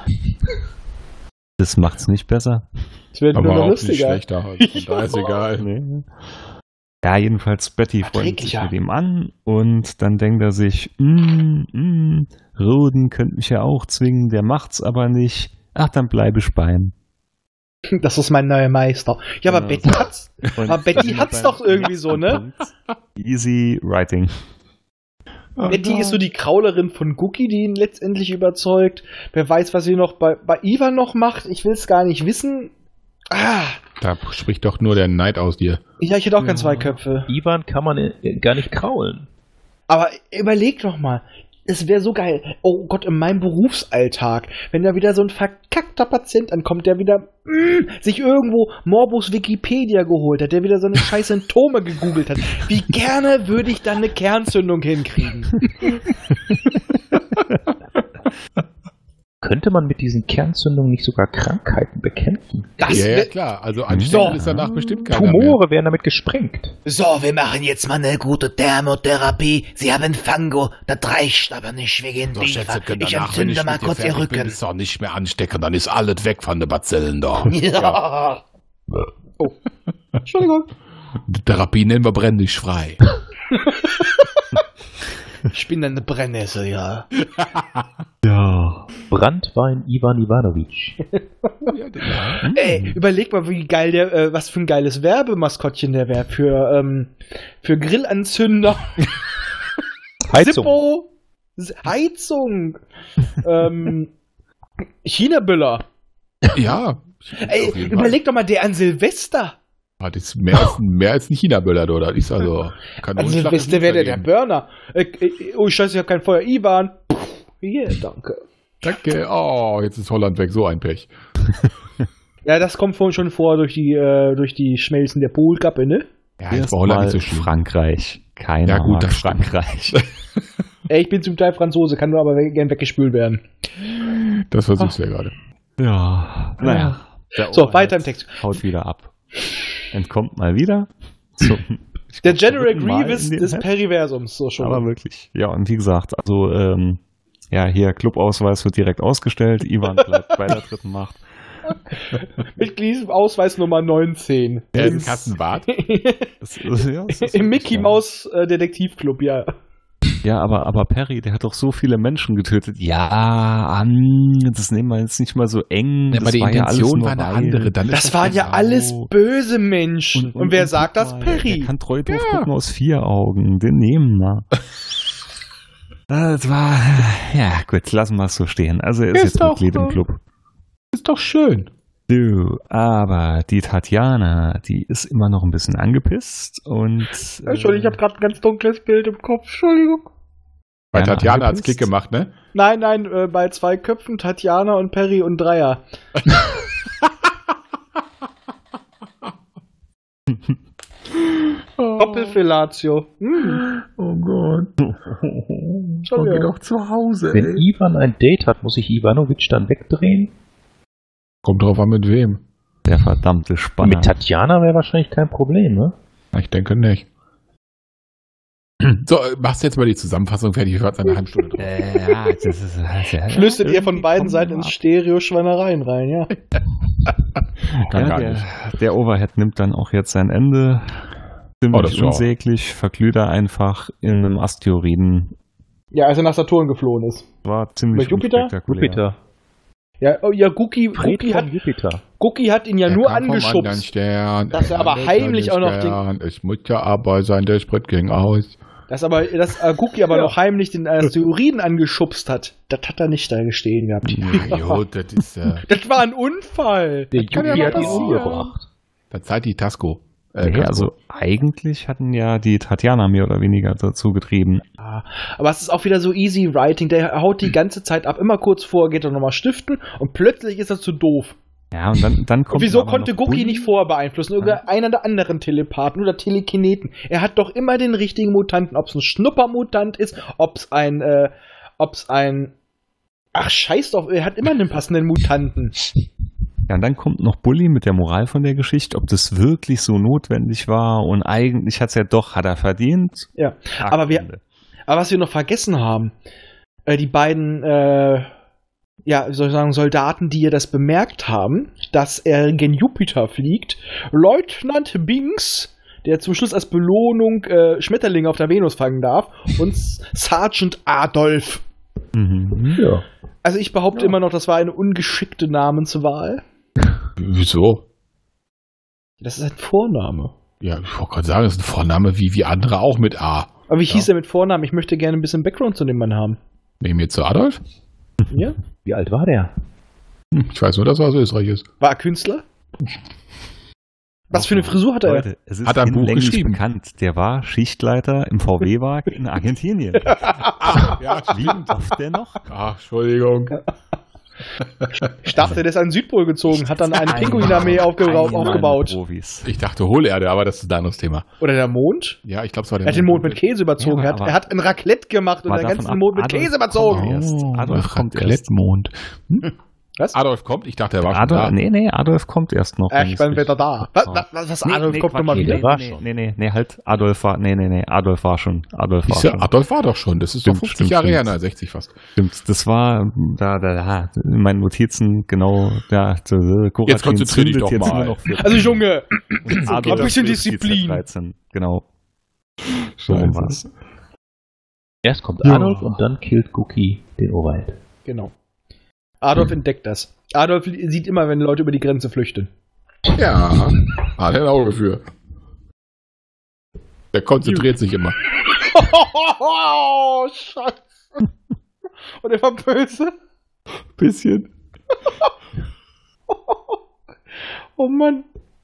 Das macht's nicht besser. Das wird nur Aber noch auch nicht lustiger. schlechter. Von daher ist egal. Nee. Ja, jedenfalls Betty freundet sich Erträglicher. mit ihm an und dann denkt er sich, mm, mm, Roden könnte mich ja auch zwingen, der macht's aber nicht. Ach, dann bleibe ich beim. Das ist mein neuer Meister. Ja, aber Ja. Betty hat's. Und Aber Betty dann hat's beim doch irgendwie so, ne? Easy writing. Betty ist so die Kraulerin von Gookie, die ihn letztendlich überzeugt. Wer weiß, was sie noch bei, bei Ivan noch macht. Ich will es gar nicht wissen. Ah, Da spricht doch nur der Neid aus dir. ja, ich hätte auch Ja. gern zwei Köpfe. Ivan kann man äh, gar nicht kraulen. Aber überleg doch mal. Es wäre so geil. Oh Gott, in meinem Berufsalltag, wenn da wieder so ein verkackter Patient ankommt, der wieder mm, sich irgendwo Morbus Wikipedia geholt hat, der wieder so eine scheiß Symptome gegoogelt hat. Wie gerne würde ich dann eine Kernzündung hinkriegen? Könnte man mit diesen Kernzündungen nicht sogar Krankheiten bekämpfen? Das ja, ja, wär- klar. Also ansteckend So. ist danach bestimmt keiner mehr. Tumore werden damit gesprengt. So, wir machen jetzt mal eine gute Thermotherapie. Sie haben Fango, das reicht aber nicht wegen So, Biber. Schätze, können Ich danach, wenn entzünde ich mal mit dir kurz Ihr fertig bin, Rücken. ist auch nicht mehr anstecken, dann ist alles weg von den Bazillen da. Ja. Oh. Entschuldigung. Die Therapie nennen wir brennlich frei. Ich bin eine Brennnessel, ja. Ja. Brandwein Ivan Ivanovic. Ey, überleg mal, wie geil der, äh, was für ein geiles Werbemaskottchen der wäre für, ähm, für Grillanzünder. Heizung. Zippo. S- Heizung. ähm, China-Böller. Ja. Ey, auf jeden überleg doch mal, der an Silvester. Fall. Das ist mehr als, mehr als ein China-Böller, oder? Das ist also. Kann An nur ein Schlag Silvester ins wäre der Gesicht der geben. Burner. Äh, äh, oh, scheiße, ich hab kein Feuer. Ivan. Pff, hier, danke. Danke. Oh, jetzt ist Holland weg. So ein Pech. Ja, das kommt vorhin schon vor durch die, äh, durch die Schmelzen der Poolkappe, ne? Ja, jetzt war Holland Erstmal nicht so schlimm. Frankreich. Keiner Ja, gut, mag das stimmt. Frankreich. Ey, ich bin zum Teil Franzose, kann nur aber we- gern weggespült werden. Das versuchst du ja gerade. Ja, naja. Der So, Oberhaupt weiter im Text. Haut wieder ab. Entkommt mal wieder. Zum, ich Der glaub, zum General dritten Mal Grievous in dem des Heft. Periversums, so schon. Aber wirklich. Ja, und wie gesagt, also, ähm, ja, hier, Clubausweis wird direkt ausgestellt. Ivan bleibt bei der dritten Macht. Mitgliedsausweis Nummer neunzehn. Der Im, ist ein Kassenwart. Das, ist- ja, das ist Im wirklich Mickey geil. Maus äh, Detektivclub, ja. Ja, aber, aber Perry, der hat doch so viele Menschen getötet. Ja, um, das nehmen wir jetzt nicht mal so eng. Ja, aber das die war Intention ja war eine andere. Dann Das ist waren ja genau. alles böse Menschen. Und, und, wer sagt guck das? mal, Perry. Der kann treu drauf gucken aus vier Augen. Den nehmen wir. Das war, ja gut, lassen wir es so stehen. Also er ist, Ist jetzt doch, Mitglied im äh, Club. ist doch schön. Du, aber die Tatjana, die ist immer noch ein bisschen angepisst und... Entschuldigung, ich habe gerade ein ganz dunkles Bild im Kopf. Entschuldigung. Bei Ja, Tatjana hat's angepisst. Klick gemacht, ne? Nein, nein, äh, bei zwei Köpfen, Tatjana und Perry und Dreier. Doppelfellatio. Hm. Oh Gott. Schon wieder. doch zu Hause, Wenn Ivan ein Date hat, muss ich Ivanovic dann wegdrehen? Kommt drauf an, mit wem. Der verdammte Spanner. Mit Tatjana wäre wahrscheinlich kein Problem, ne? Ich denke nicht. So, machst du jetzt mal die Zusammenfassung fertig? Wir warten eine halbe Stunde drauf. Äh, ja, das ist, das ist, Flüstert ihr von irgendwie beiden kommen Seiten wir ins ab. Stereo-Schweinereien rein, ja. Kann Ja, gar der, nicht. der Overhead nimmt dann auch jetzt sein Ende. Oh, das Ziemlich ist auch- unsäglich, verglüht er einfach in einem Asteroiden. Ja, als er nach Saturn geflohen ist. War ziemlich Bei Jupiter? unspektakulär. Jupiter. Ja, oh, ja Guki, Fred Guki, von hat, Jupiter. Guki hat ihn ja Er nur kam vom anderen angeschubst. Stern, Dass er aber landet heimlich an den auch noch den- Stern. Es muss ja aber sein, der Sprit ging aus. Dass aber, dass äh, Guki aber noch heimlich den Asteroiden angeschubst hat. Das hat er nicht da gestehen gehabt. Na jo, das ist, äh, Das war ein Unfall. Der Das kann Yuki ja hat mal ihn passieren. umgebracht. das seid die Tasco. Äh, Nee, Casco. also eigentlich hatten ja die Tatjana mehr oder weniger dazu getrieben. Ja, aber es ist auch wieder so easy writing. Der haut die ganze Zeit ab. Immer kurz vor geht er nochmal stiften und plötzlich ist er zu doof. Ja, und dann, dann kommt Und wieso aber konnte noch Guki Bulli. nicht vorher beeinflussen? Oder einer der anderen Telepathen oder Telekineten. Er hat doch immer den richtigen Mutanten. Ob es ein Schnuppermutant ist, ob es ein, äh, ob es ein... Ach, scheiß doch, er hat immer einen passenden Mutanten. Ja, und dann kommt noch Bully mit der Moral von der Geschichte, ob das wirklich so notwendig war und eigentlich hat es ja doch, hat er verdient. Ja, Ach, aber wir, Ende. aber was wir noch vergessen haben, äh, die beiden, äh, ja, wie soll ich sagen, Soldaten, die ja das bemerkt haben, dass er gen Jupiter fliegt, Leutnant Binks, der zum Schluss als Belohnung äh, Schmetterlinge auf der Venus fangen darf, und Sergeant Adolf. Mhm. Ja. Also ich behaupte immer noch, das war eine ungeschickte Namenswahl. Wieso? Das ist ein Vorname. Ja, ich wollte gerade sagen, das ist ein Vorname wie, wie andere auch mit A. Aber wie Ja. hieß er mit Vornamen? Ich möchte gerne ein bisschen Background zu dem Mann haben. Nehmen wir zu Adolf? Ja? Wie alt war der? Hm, ich weiß nur, dass er aus Österreich ist. War er Künstler? Was für eine Frisur hat er? Leute, es ist Hat er ein Buch hinlänglich geschrieben? bekannt. Der war Schichtleiter im V W-Wagen in Argentinien. Ja, Wie durfte der noch? Ach, Entschuldigung. Ich dachte, der ist an den Südpol gezogen, hat dann eine Einmal- Pinguinarmee aufgebaut. einmal aufgebaut. Profis. Ich dachte Hohlerde, aber das ist ein anderes Thema. Oder der Mond? Ja, ich glaube, es war der Er hat den Mond mit Käse überzogen. Ja, er, hat, aber- er hat ein Raclette gemacht und Mal den davon ganzen ab, Mond mit Adolf Käse kommt überzogen. erst. Adolf kommt erst. Mond. Was? Adolf kommt? Ich dachte, er war schon Adolf, da. nee, nee, Adolf kommt erst noch. Äh, wenn ich ich's bin richtig- wieder da. Was, was, was, was Nee, Adolf nee, kommt Quatsch, nochmal nee, wieder? Der war nee, schon. Nee, nee, nee, halt, Adolf war, nee, nee, nee, Adolf war schon. Adolf war Siehste, schon. Adolf war doch schon. Das ist doch Stimmt, fünfzig stimmt, Jahre her, stimmt. na, sechzig fast. Stimmt, das war, da, da, da, in meinen Notizen, genau, da, Jetzt konzentrier dich doch jetzt mal. nur noch für Also Junge, Adolf ein bisschen ist jetzt Disziplin. dreizehn, genau. So rum war's. Erst kommt Ja. Adolf und dann killt Guki den Overhead. Genau. Adolf entdeckt das. Adolf sieht immer, wenn Leute über die Grenze flüchten. Ja, hat er ein Auge für. Der konzentriert sich immer. Oh, Scheiße. Und er war böse. Bisschen. Oh Mann.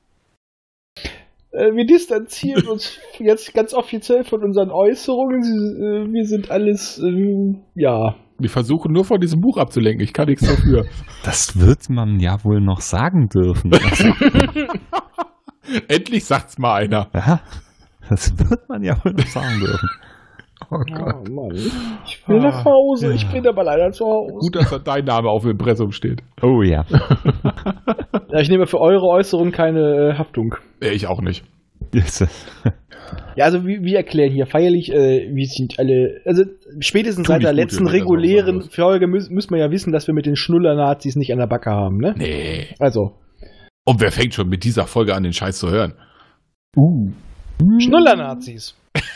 Äh, wir distanzieren uns jetzt ganz offiziell von unseren Äußerungen. Sie, äh, wir sind alles, äh, ja. Wir versuchen nur von diesem Buch abzulenken. Ich kann nichts dafür. Das wird man ja wohl noch sagen dürfen. Also, Endlich sagt's mal einer. ja, das wird man ja wohl noch sagen dürfen. Oh Oh Mann. Ich will nach Hause. Ja. Ich bin aber leider zu Hause. Gut, dass da dein Name auf dem Impressum steht. Oh ja. Ja, ich nehme für eure Äußerung keine äh, Haftung. Nee, ich auch nicht. Ja, also wir, wir erklären hier feierlich, äh, wir sind alle, also spätestens Tu seit nicht der gut, letzten wenn das auch regulären sagen Folge müssen müssen wir ja wissen, dass wir mit den Schnuller-Nazis nicht an der Backe haben, ne? Nee. Also, Und wer fängt schon mit dieser Folge an, den Scheiß zu hören? Uh. Schnuller-Nazis.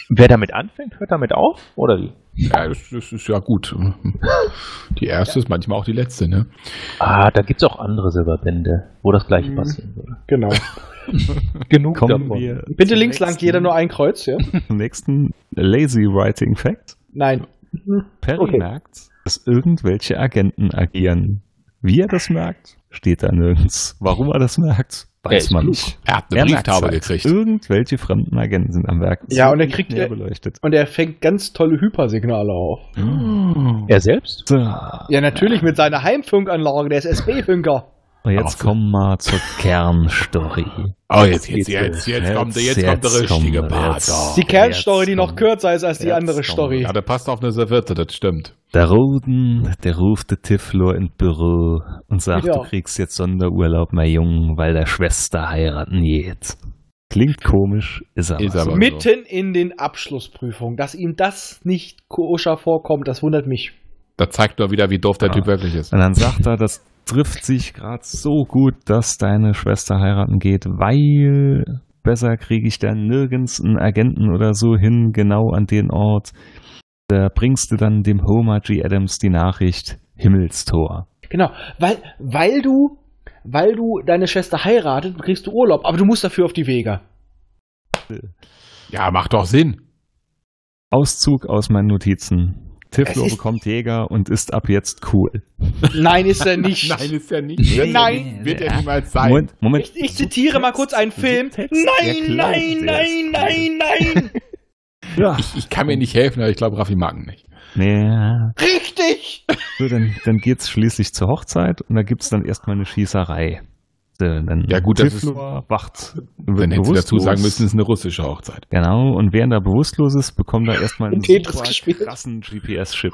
Wer damit anfängt, hört damit auf? Oder wie? Ja, das, das ist ja gut. Die erste ist manchmal auch die letzte, ne? Ah, da gibt es auch andere Silberbände, wo das gleiche Mhm. passieren würde. Genau. Genug Kommen davon. wir Bitte zum links lang, nächsten- jeder nur ein Kreuz, ja? zum nächsten Lazy Writing Fact. Nein. Perry Okay. merkt, dass irgendwelche Agenten agieren. Wie er das merkt, steht da nirgends. Warum er das merkt, Er weiß ist man klug. nicht. Er hat eine Er merkt Brieftaube halt, gekriegt. irgendwelche fremden Agenten sind am Werk. Ja, So und er nicht kriegt- näher beleuchtet. Und er fängt ganz tolle Hypersignale auf. Er selbst? So, Ja, natürlich mit seiner Heimfunkanlage, der ist S B-Funker. und jetzt Ach so. kommen wir zur Kernstory. Oh, jetzt, jetzt, jetzt, jetzt, kommt, der- jetzt kommt der jetzt richtige kommt- Part. jetzt. Oh. Die Kernstory, die jetzt noch kommt- kürzer ist als die jetzt andere kommt- Story. Ja, der passt auf eine Serviette, das stimmt. Der Roden, der ruft den Tiflor ins Büro und sagt, Ja. du kriegst jetzt Sonderurlaub, mein Junge, weil der Schwester heiraten geht. Klingt komisch, ist aber Ist so. aber- Mitten in den Abschlussprüfungen. Dass ihm das nicht koscher vorkommt, das wundert mich. Das zeigt nur wieder, wie doof der Ja. Typ wirklich ist. Und dann sagt er, das trifft sich gerade so gut, dass deine Schwester heiraten geht, weil besser kriege ich dann nirgends einen Agenten oder so hin, genau an den Ort. Da bringst du dann dem Homer G. Adams die Nachricht, Himmelstor. Genau, weil, weil du, weil du deine Schwester heiratet, kriegst du Urlaub, aber du musst dafür auf die Wege. Ja, macht doch Sinn. Auszug aus meinen Notizen. Tiflo Es ist- bekommt Jäger und ist ab jetzt cool. Nein, ist er nicht. Nein, ist ja nicht. Wird er Nein. nie- Wird er niemals sein. Moment, Moment. Ich, ich zitiere mal kurz einen Film. Subtext Nein, erklärt nein, der nein, nein, nein. Ja. Ich, ich kann mir nicht helfen, aber ich glaube, Raffi mag ihn nicht. Nee. Richtig. So, dann, dann geht's schließlich zur Hochzeit und da gibt's dann erstmal eine Schießerei. So, dann Ja, gut, das Tiflo wacht. Dann wird hätten sie dazu bewusstlos. sagen müssen, es ist eine russische Hochzeit. Genau, und während er bewusstlos ist, bekommt er erstmal einen Und Tetris super gespielt. krassen G P S-Chip.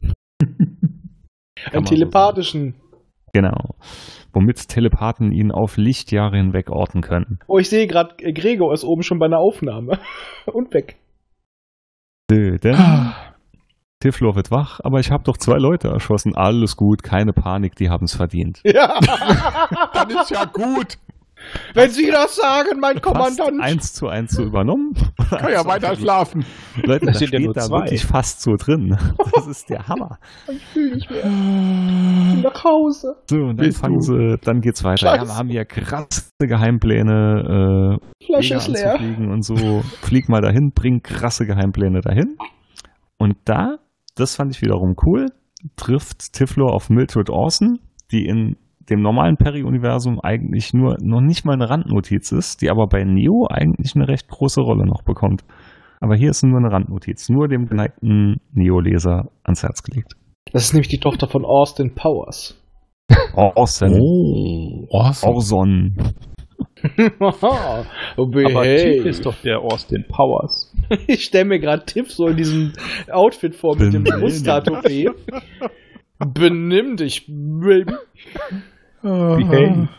Einen telepathischen. Genau. Womit Telepathen ihn auf Lichtjahre hinweg orten können. Oh, ich sehe gerade, Gregor ist oben schon bei einer Aufnahme. Und weg. So, dann Tiflo wird wach, aber ich habe doch zwei Leute erschossen. Alles gut, keine Panik, die haben's verdient. Ja. Dann ist ja gut. Wenn Sie das sagen, mein Fast Kommandant. eins zu eins so übernommen. Kann ja weiter schlafen. Leute, Das das sind ja steht nur da zwei. wirklich fast so drin. Das ist der Hammer. Ich fühle nicht mehr. Nach Hause. So, und dann Bist fangen du? sie, dann geht's weiter. Ja, Scheiße. wir haben hier krasse Geheimpläne, äh, Flasche Jäger ist leer. anzufliegen und so. Flieg mal dahin, bring krasse Geheimpläne dahin. Und da, das fand ich wiederum cool, trifft Tiflo auf Mildred Orson, die in dem normalen Perry-Universum eigentlich nur noch nicht mal eine Randnotiz ist, die aber bei Neo eigentlich eine recht große Rolle noch bekommt. Aber hier ist nur eine Randnotiz, nur dem geneigten Neo-Leser ans Herz gelegt. Das ist nämlich die Tochter von Austin Powers. Orson. Oh, awesome. Orson. oh, Aber hey. Tiff ist doch der Austin Powers. Ich stelle mir gerade Tiff so in diesem Outfit vor mit dem Benimm. Mustertoupet. Benimm dich, Baby. Behave.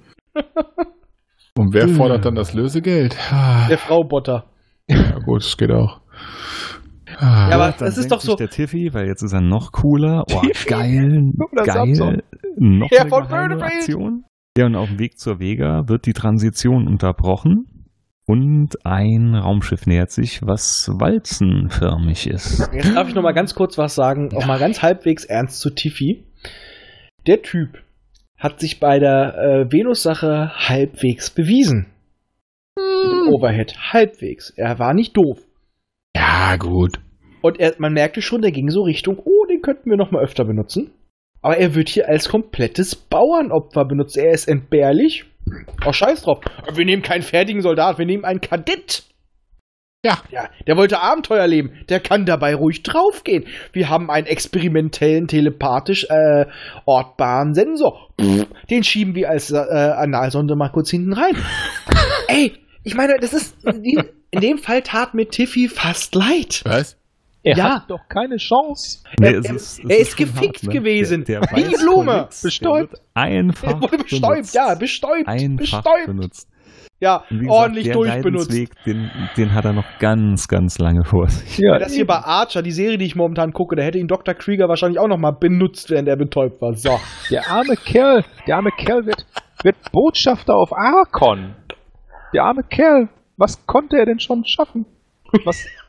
Und wer fordert dann das Lösegeld? Ah, Der Frau Botter. ja gut, das geht auch. Ah, Ja, aber Dann das ist senkt doch sich so. der Tiffy, weil jetzt ist er noch cooler. Oh, Tiffy? geil, Das Samson. geil. Noch Herr eine von geheime Böhnefeld. Aktion. Ja, und auf dem Weg zur Vega wird die Transition unterbrochen und ein Raumschiff nähert sich, was walzenförmig ist. Jetzt darf ich noch mal ganz kurz was sagen, auch mal ganz halbwegs ernst zu Tiffy. Der Typ hat sich bei der äh, Venus-Sache halbwegs bewiesen. Mit dem Overhead. Halbwegs. Er war nicht doof. ja, gut. Und er, man merkte schon, der ging so Richtung, oh, den könnten wir noch mal öfter benutzen. Aber er wird hier als komplettes Bauernopfer benutzt. Er ist entbehrlich. Oh, scheiß drauf. Wir nehmen keinen fertigen Soldat, wir nehmen einen Kadett. Ja. Ja, der wollte Abenteuer leben. Der kann dabei ruhig draufgehen. Wir haben einen experimentellen, telepathisch äh, ortbaren Sensor. Pff, den schieben wir als äh, Analsonde mal kurz hinten rein. Ey, ich meine, das ist die, in dem Fall tat mir Tiffy fast leid. Was? Er Ja. hat doch keine Chance. Nee, Er- es er- ist, es er ist schon gefickt hart, ne? gewesen. Der, der Wie die weiß Blume. von nix. Der Bestäubt. wird Einfach Er wurde bestäubt, benutzt. ja, bestäubt, Einfach bestäubt. benutzt. Ja, Und wie gesagt, ordentlich der durchbenutzt. Leidensweg, den, den hat er noch ganz, ganz lange vor sich. Ja, Das hier bei Archer, die Serie, die ich momentan gucke, da hätte ihn Doktor Krieger wahrscheinlich auch noch mal benutzt, während er betäubt war. So. der arme Kerl, der arme Kerl wird, wird Botschafter auf Arkon. Der arme Kerl, was konnte er denn schon schaffen? Was,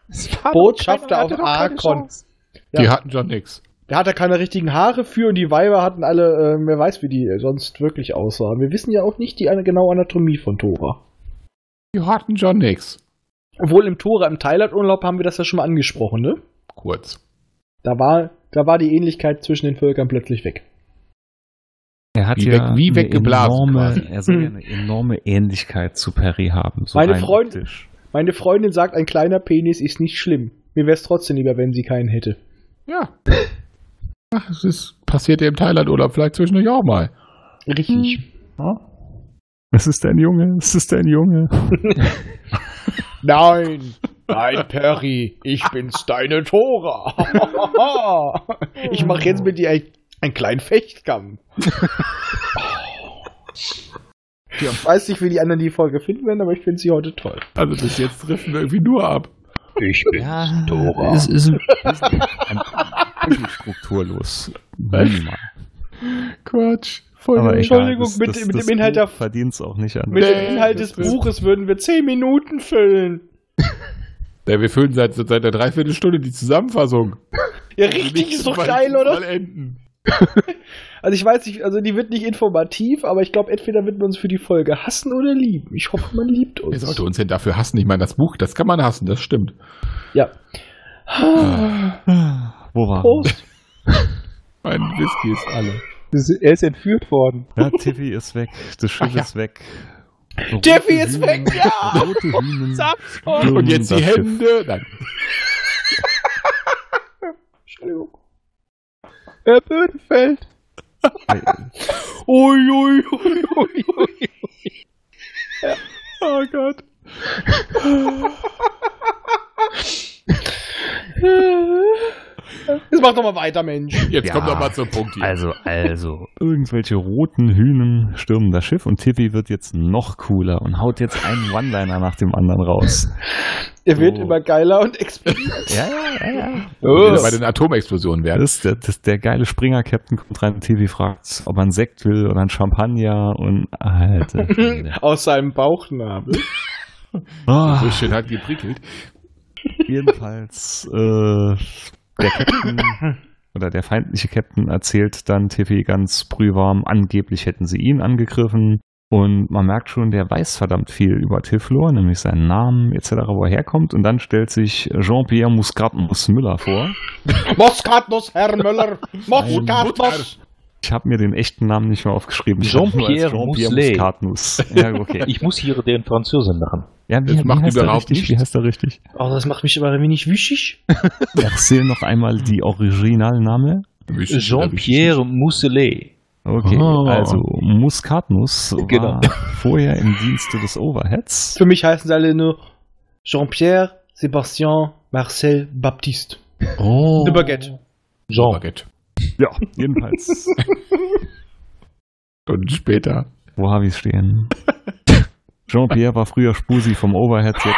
Botschafter auf Arkon. Die Ja. hatten schon nix. Der hat da keine richtigen Haare für und die Weiber hatten alle, äh, wer weiß, wie die sonst wirklich aussahen. Wir wissen ja auch nicht die eine genaue Anatomie von Tora. Die hatten schon nix. Obwohl im Tora, im Thailand-Urlaub haben wir das ja schon mal angesprochen, ne? Kurz. Da war, da war die Ähnlichkeit zwischen den Völkern plötzlich weg. Er hat Wie ja weg- wie eine weggeblasen enorme, quasi. er soll ja eine enorme Ähnlichkeit zu Perry haben. So Meine rein Freund- optisch. Meine Freundin sagt, ein kleiner Penis ist nicht schlimm. Mir wäre es trotzdem lieber, wenn sie keinen hätte. Ja. Ach, es ist, passiert ja im Thailand-Urlaub vielleicht zwischendurch auch mal. Richtig. Es ist ein Junge, es ist ein Junge. Nein, nein, Perry, ich bin's, deine Tora. Ich mache jetzt mit dir ein, einen kleinen Fechtkampf. Ich weiß nicht, wie die anderen die Folge finden werden, aber ich finde sie heute toll. Also bis jetzt treffen wir irgendwie nur ab. Ich bin Ja, Tora. es ist ein bisschen, ein bisschen strukturlos. Minimal. Quatsch. Voll Aber Entschuldigung, egal, mit- das, mit das dem Inhalt der- verdient es auch nicht an. Mit Nee, dem Inhalt des das ist- Buches würden wir zehn Minuten füllen. Ja, wir füllen seit, seit einer Dreiviertelstunde die Zusammenfassung. Ja, richtig, ist doch geil, oder? Mal enden. Also ich weiß nicht, also die wird nicht informativ, aber ich glaube, entweder wird man uns für die Folge hassen oder lieben. Ich hoffe, man liebt Wer uns. sollte uns denn dafür hassen? Ich meine, das Buch, das kann man hassen, das stimmt. Ja. Wo war Prost. Mein Whisky ist alle. Er ist entführt worden. er? Ja, Tiffy ist weg, das Schiff Ach ja. ist weg. Tiffy ist weg, ja! Rote Hühnen. Und jetzt die das Schiff. Hände. Nein. Entschuldigung. Herr Bödenfeld. Ui, ui, ui, ui, ui. Oh Gott. Jetzt mach doch mal weiter, Mensch. Jetzt Ja, kommt doch mal zum Punkt hier. Also, also, irgendwelche roten Hühnen stürmen das Schiff und Tiffy wird jetzt noch cooler und haut jetzt einen One-Liner nach dem anderen raus. Er wird Oh. immer geiler und explodiert. Ja, ja, ja, ja. Wieder Das- bei den Atomexplosionen werden. Das, der, das, der geile Springer-Captain kommt rein und Tiffy fragt, ob er einen Sekt will oder einen Champagner und alter Schwede. Aus seinem Bauchnabel. Ah, So schön hat geprickelt. jedenfalls, äh, der Captain oder der feindliche Captain erzählt dann Tiffy ganz brühwarm, angeblich hätten sie ihn angegriffen. Und man merkt schon, der weiß verdammt viel über Tiflor, nämlich seinen Namen et cetera, wo er herkommt. Und dann stellt sich Jean-Pierre Muscatmus Müller vor. Moskatnuss, Herr Müller. Moskatnuss. Ich habe mir den echten Namen nicht mehr aufgeschrieben. Ich hab nur als Jean-Pierre Mousselet. Muscatnuss. Ja, okay. Ich muss hier den Franzosen machen. Ja, wie, Das wie macht heißt er überhaupt richtig? Wie nichts. heißt er richtig? Oh, das macht mich aber ein wenig wüschig. Erzähl noch einmal die Originalname. Jean-Pierre Mousselet. Okay, Oh. also Muscatnuss war Genau. vorher im Dienste des Overheads. Für mich heißen sie alle nur Jean-Pierre, Sébastien, Marcel, Baptiste. Oh. De Baguette. Jean. Baguette. Ja, jedenfalls. Und später. Wo habe ich stehen? Jean-Pierre war früher Spusi vom Overhead. Jetzt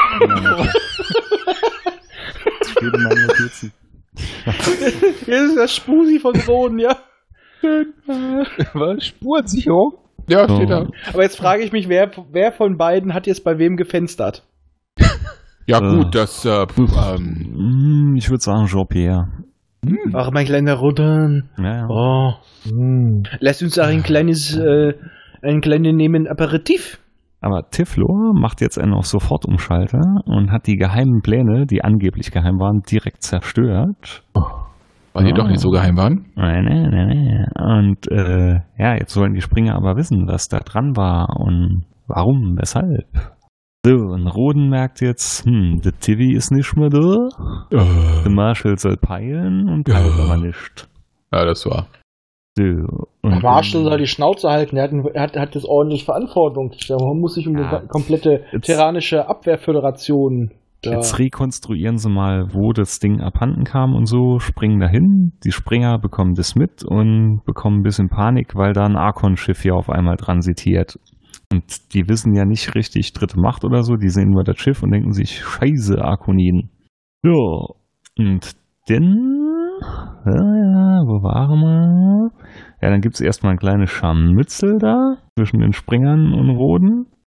Das steht in meinen Notizen. Hier ist das Spusi von Roden, ja. Was? Spurensicherung? Ja, So. steht da. Aber jetzt frage ich mich, wer, wer von beiden hat jetzt bei wem gefenstert? Ja, Äh. gut, das, äh, ähm, Hm, Ich würde sagen Jean-Pierre. Ach, mein kleiner Rodin. Ja, ja. Oh. Lass uns auch ein kleines, äh, ein kleines nehmen Aperitif. Aber Tiflor macht jetzt einen auf Sofortumschalter und hat die geheimen Pläne, die angeblich geheim waren, direkt zerstört. weil die Ah. doch nicht so geheim waren. Nee, nee, nee, nee. Und äh, ja, jetzt sollen die Springer aber wissen, was da dran war und warum, weshalb. So, und Roden merkt jetzt, hm, der Tivi ist nicht mehr da. Der Marshall soll peilen und peilt Ja. aber nicht. Ja, das war. So, und Marshall soll die Schnauze halten, er hat, er hat, hat jetzt ordentlich Verantwortung. Der muss sich um Ja. die komplette Jetzt- terranische Abwehrföderation da. Jetzt rekonstruieren sie mal, wo das Ding abhanden kam und so, springen dahin. Die Springer bekommen das mit und bekommen ein bisschen Panik, weil da ein Arkon-Schiff hier auf einmal transitiert. Und die wissen ja nicht richtig dritte Macht oder so, die sehen nur das Schiff und denken sich, scheiße, Arkoniden. Ja, und dann, ja, ja, wo waren wir? Ja, dann gibt es erstmal ein kleines Scharmützel da zwischen den Springern und Roden.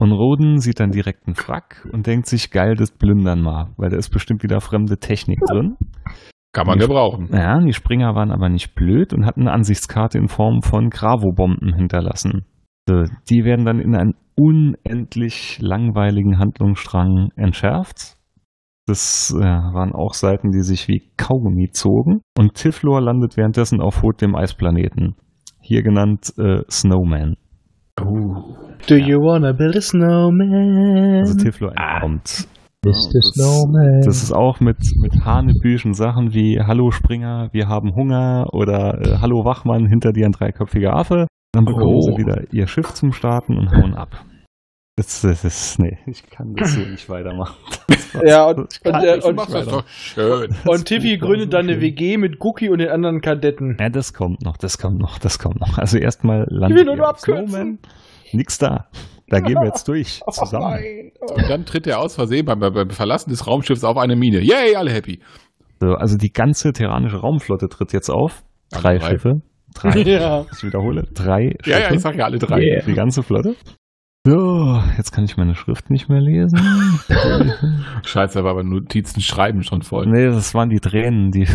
Und Roden sieht dann direkt einen Frack und denkt sich, geil, das plündern mal, weil da ist bestimmt wieder fremde Technik drin. Kann man gebrauchen. Ja, die Springer waren aber nicht blöd und hatten eine Ansichtskarte in Form von Gravo-Bomben hinterlassen. Die werden dann in einen unendlich langweiligen Handlungsstrang entschärft. Das äh, waren auch Seiten, die sich wie Kaugummi zogen. Und Tiflor landet währenddessen auf Hoth, dem Eisplaneten. Hier genannt äh, Snowman. Oh. Do you wanna build a snowman? Also Tiflor entkommt. Mister Snowman. Das ist auch mit, mit hanebüchen Sachen wie Hallo Springer, wir haben Hunger oder äh, Hallo Wachmann, hinter dir ein dreiköpfiger Affe. Dann bekommen Oh. sie wieder ihr Schiff zum Starten und hauen ab. Das, das ist, nee, ich kann das so nicht weitermachen. Ja, und, Ich kann und, äh, nicht Du und, machst das doch schön. und Tiffy gründet dann eine W G mit Cookie und den anderen Kadetten. Ja, das kommt noch, das kommt noch, das kommt noch. Also erstmal Ich landet will nur ihr noch auf abkürzen. Snowman. Nix da. Da gehen wir jetzt durch, zusammen. Und dann tritt er aus Versehen beim, beim Verlassen des Raumschiffs auf eine Mine. Yay, alle happy. So, also die ganze terranische Raumflotte tritt jetzt auf. Drei, Drei. Schiffe. Drei. Ja. Ich wiederhole. Drei Schiffe. Ja, ja, ich sag ja alle drei. Yeah. Die ganze Flotte. So, jetzt kann ich meine Schrift nicht mehr lesen. Scheiße, aber Notizen schreiben schon voll. Nee, das waren die Tränen, die.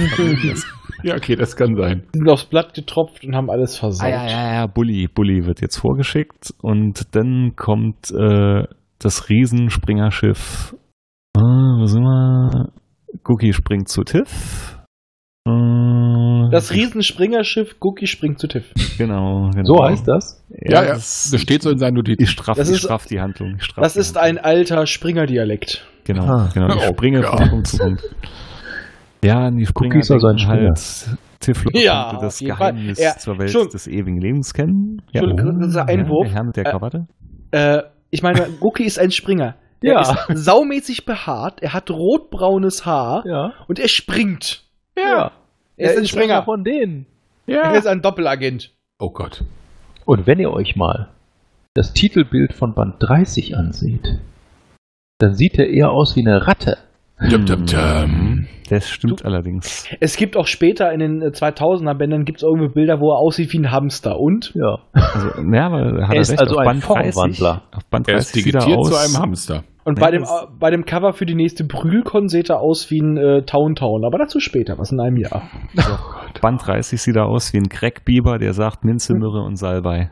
Ja, okay, das kann sein. Die sind aufs Blatt getropft und haben alles versaut. Ah, ja, ja, ja, Bulli. Bulli wird jetzt vorgeschickt und dann kommt äh, das Riesenspringerschiff. Äh, wo sind wir? Cookie springt zu Tiff. Äh, Das Riesenspringerschiff Cookie springt zu Tiff. Genau, genau. So heißt das? Ja, ja, Das, das steht so in seinen Notizen. ich straff, Das ich ist- straff die Handlung. Ich straff Das die ist Handlung. ein alter Springerdialekt. Genau, Ah. genau. Ich Oh springe von Gott. Punkt zu Punkt. Ja, die Springer Cookie ist also ein denken halt, Tiflo Ja, könnte das auf jeden Fall. Geheimnis Ja, zur Welt schon- des ewigen Lebens kennen. Ja, Entschuldigung, kurzer Einwurf. Ja, der Herr mit der Äh, Krawatte. Äh, ich meine, Cookie ist ein Springer. Er Ja. ist saumäßig behaart, er hat rotbraunes Haar Ja. und er springt. Ja. Er ist ein Springer. einer von denen. Er ist ein Doppelagent. Oh Gott. Und wenn ihr euch mal das Titelbild von Band dreißig ansieht, dann sieht er eher aus wie eine Ratte. Dum, dum, dum. Das stimmt allerdings. Es gibt auch später in den äh, zweitausender Bändern gibt's irgendwie Bilder, wo er aussieht wie ein Hamster. Und? Ja. Also, ja, aber hat Er er ist recht, also auf ein Band dreißig, Formwandler. auf Band Er ist dreißig sieht er digitiert aus, zu einem Hamster. Und Nee, bei, dem, das- äh, bei dem Cover für die nächste Brühlkon sieht er aus wie ein äh, Town Town. Aber dazu später, was in einem Jahr. Band dreißig sieht er aus wie ein Crackbiber, der sagt Minze, Myrrhe und Salbei.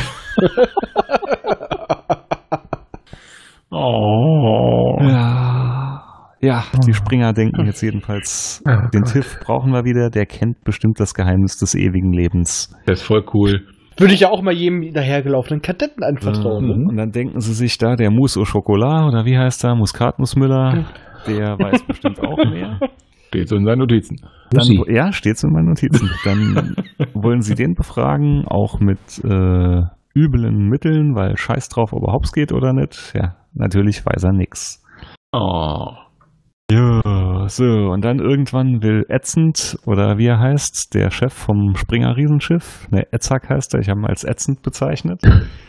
Oh. Ja. Ja, die Springer denken jetzt jedenfalls, den Tiff brauchen wir wieder, der kennt bestimmt das Geheimnis des ewigen Lebens. Das ist voll cool. Würde ich ja auch mal jedem dahergelaufenen Kadetten anvertrauen. Mhm. Ne? Und dann denken sie sich da, der Mousse au Chocolat, oder wie heißt er, Muskatnussmüller, der weiß bestimmt auch mehr. Steht so in seinen Notizen. Dann, Mussi. ja, steht so in meinen Notizen. Dann wollen sie den befragen, auch mit äh, üblen Mitteln, weil scheiß drauf, ob er hops geht oder nicht. Ja, natürlich weiß er nix. Oh. Ja, so, und dann irgendwann will Ätzend, oder wie er heißt, der Chef vom Springer-Riesenschiff, ne, Etzak heißt er, ich habe ihn als Ätzend bezeichnet,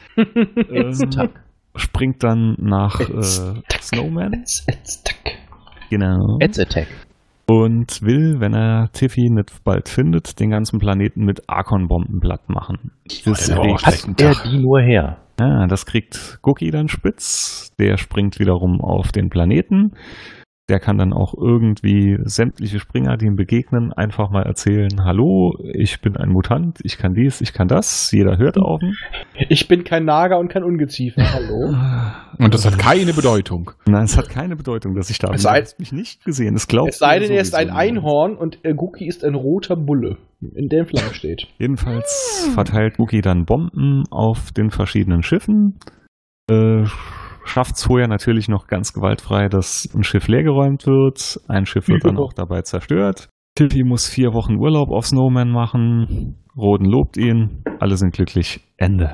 ähm, springt dann nach äh, Snowman, Etz, etz, tack. genau, Ed's Attack. und will, wenn er Tiffy nicht bald findet, den ganzen Planeten mit Arkon-Bomben platt machen. Das, Alter, kriegt, Hat er die nur her? ja, das kriegt Cookie dann spitz, der springt wiederum auf den Planeten. Der kann dann auch irgendwie sämtliche Springer, die ihm begegnen, einfach mal erzählen, hallo, ich bin ein Mutant, ich kann dies, ich kann das, jeder hört auf ihn. Ich bin kein Nager und kein Ungeziefer. Hallo? Und das hat keine Bedeutung. Nein, es hat keine Bedeutung, dass ich da bin. Es sei- Du hast mich nicht gesehen, es glaubt Es sei denn, mir er ist ein sowieso niemand. Einhorn und äh, Cookie ist ein roter Bulle, in der Flagge steht. Jedenfalls verteilt Cookie dann Bomben auf den verschiedenen Schiffen, äh, schafft es vorher natürlich noch ganz gewaltfrei, dass ein Schiff leergeräumt wird. Ein Schiff wird dann auch dabei zerstört. Tiffy muss vier Wochen Urlaub auf Snowman machen. Roden lobt ihn. Alle sind glücklich. Ende.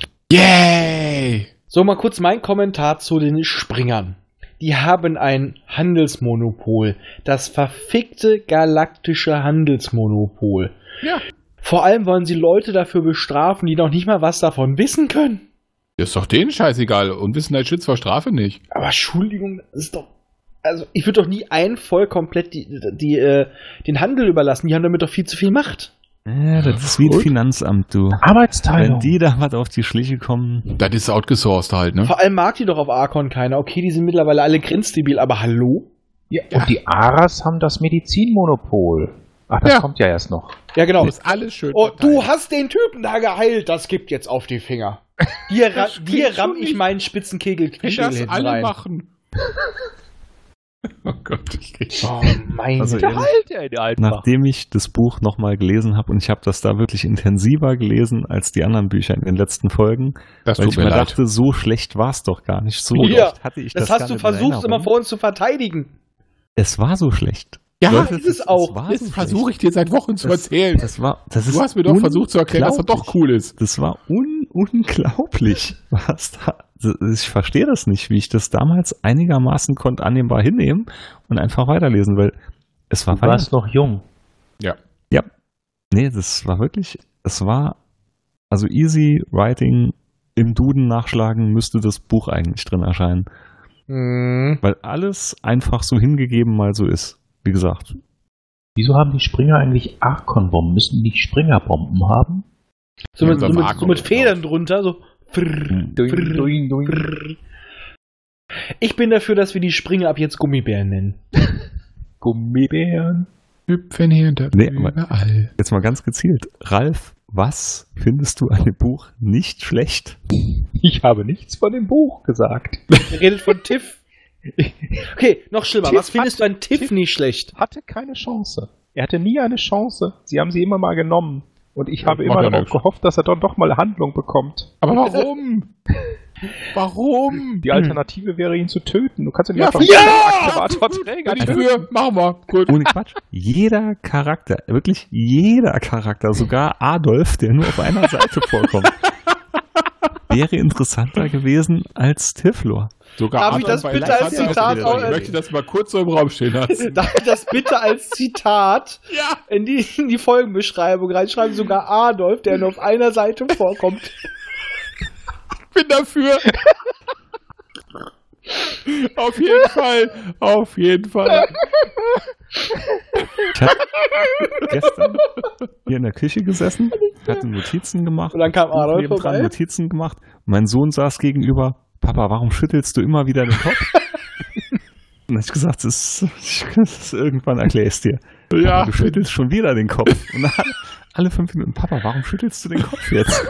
Yay! So, mal kurz mein Kommentar zu den Springern. Die haben ein Handelsmonopol. Das verfickte galaktische Handelsmonopol. Ja. Vor allem wollen sie Leute dafür bestrafen, die noch nicht mal was davon wissen können. Ist doch denen scheißegal. Unwissenheit schützt vor Strafe nicht. Aber Entschuldigung, das ist doch. Also, ich würde doch nie ein Volk komplett die, die, äh, den Handel überlassen. Die haben damit doch viel zu viel Macht. Ja, das ist wie das Finanzamt, du. Arbeitsteilung. Wenn die da was auf die Schliche kommen. Das ist outgesourced halt, ne? Vor allem mag die doch auf Archon keiner. Okay, die sind mittlerweile alle grenzdebil, aber hallo? Ja, und die Aras haben das Medizinmonopol. Ach, das Ja. kommt ja erst noch. Ja, genau. Ist alles schön. Oh, verteilt. du hast den Typen da geheilt, das gibt jetzt auf die Finger. Dir, ra Das geht dir schon ramm ich nicht. meinen Spitzenkegel Wenn das hinten alle rein. machen. Oh Gott, ich krieg Oh mein Also Gott. ehrlich, der in Alten nachdem ich das Buch nochmal gelesen habe und ich habe das da wirklich intensiver gelesen als die anderen Bücher in den letzten Folgen, Das weil tut ich mir mir leid. dachte, so schlecht war es doch gar nicht. So Ja, oft hatte ich Das das, gar hast du nicht in versucht, immer Erinnerung. vor uns zu verteidigen. Es war so schlecht. Ja, Leute, ist es auch. war das so versuche schlecht. ich dir seit Wochen zu Das- erzählen. Das war, das ist Du hast mir doch versucht zu erklären, dass er doch unglaublich. cool ist. Das war un unglaublich, was da. Ich verstehe das nicht, wie ich das damals einigermaßen konnte annehmbar hinnehmen und einfach weiterlesen, weil es war Du warst noch jung. Ja. Ja. Nee, das war wirklich, es war also easy writing, im Duden nachschlagen müsste das Buch eigentlich drin erscheinen, Hm. weil alles einfach so hingegeben mal so ist. Wie gesagt, Wieso haben die Springer eigentlich Archon-Bomben? Müssen die Springer-Bomben haben? So mit, so Unser mit, Marco so mit drauf. Federn drunter, so. Frrr, frrr, doing, doing. frrr. Ich bin dafür, dass wir die Springer ab jetzt Gummibären nennen. Gummibären. Hüpfen hinter Nee, aber- überall. jetzt mal ganz gezielt. Ralf, was findest du an dem Buch nicht schlecht? Ich habe nichts von dem Buch gesagt. Ihr redet von Tiff. Okay, noch schlimmer. Tiff Was findest hat- du an Tiff, Tiff- nicht schlecht? Hatte keine Chance. Er hatte nie eine Chance. Sie haben sie immer mal genommen. Und ich habe macht immer ja darauf nichts. gehofft, dass er dann doch mal Handlung bekommt. Aber warum? Warum? Die Alternative wäre, ihn zu töten. Du kannst ihn Ja, einfach ja! Aktivatorträger Bin ich töten. für. Machen wir. Gut. Ohne Quatsch. Jeder Charakter, wirklich jeder Charakter, sogar Adolf, der nur auf einer Seite vorkommt, wäre interessanter gewesen als Tiflor. Sogar Darf ich das Adolf bitte war als interessanter Zitat als- auch- Ich möchte das mal kurz so im Raum stehen lassen. Darf ich das bitte als Zitat Ja. in die, in die Folgenbeschreibung reinschreiben? Sogar Adolf, der nur auf einer Seite vorkommt. Bin dafür. Auf jeden Fall. Auf jeden Fall. Ich habe gestern hier in der Küche gesessen, hatte Notizen gemacht, Und dann kam Buch Adolf nebendran vorbei. Notizen gemacht. Mein Sohn saß gegenüber. Papa, warum schüttelst du immer wieder den Kopf? Und dann hab ich gesagt, das ist, das ist, irgendwann erkläre ich es dir. Ja. Du schüttelst schon wieder den Kopf. Und dann alle fünf Minuten, Papa, warum schüttelst du den Kopf jetzt?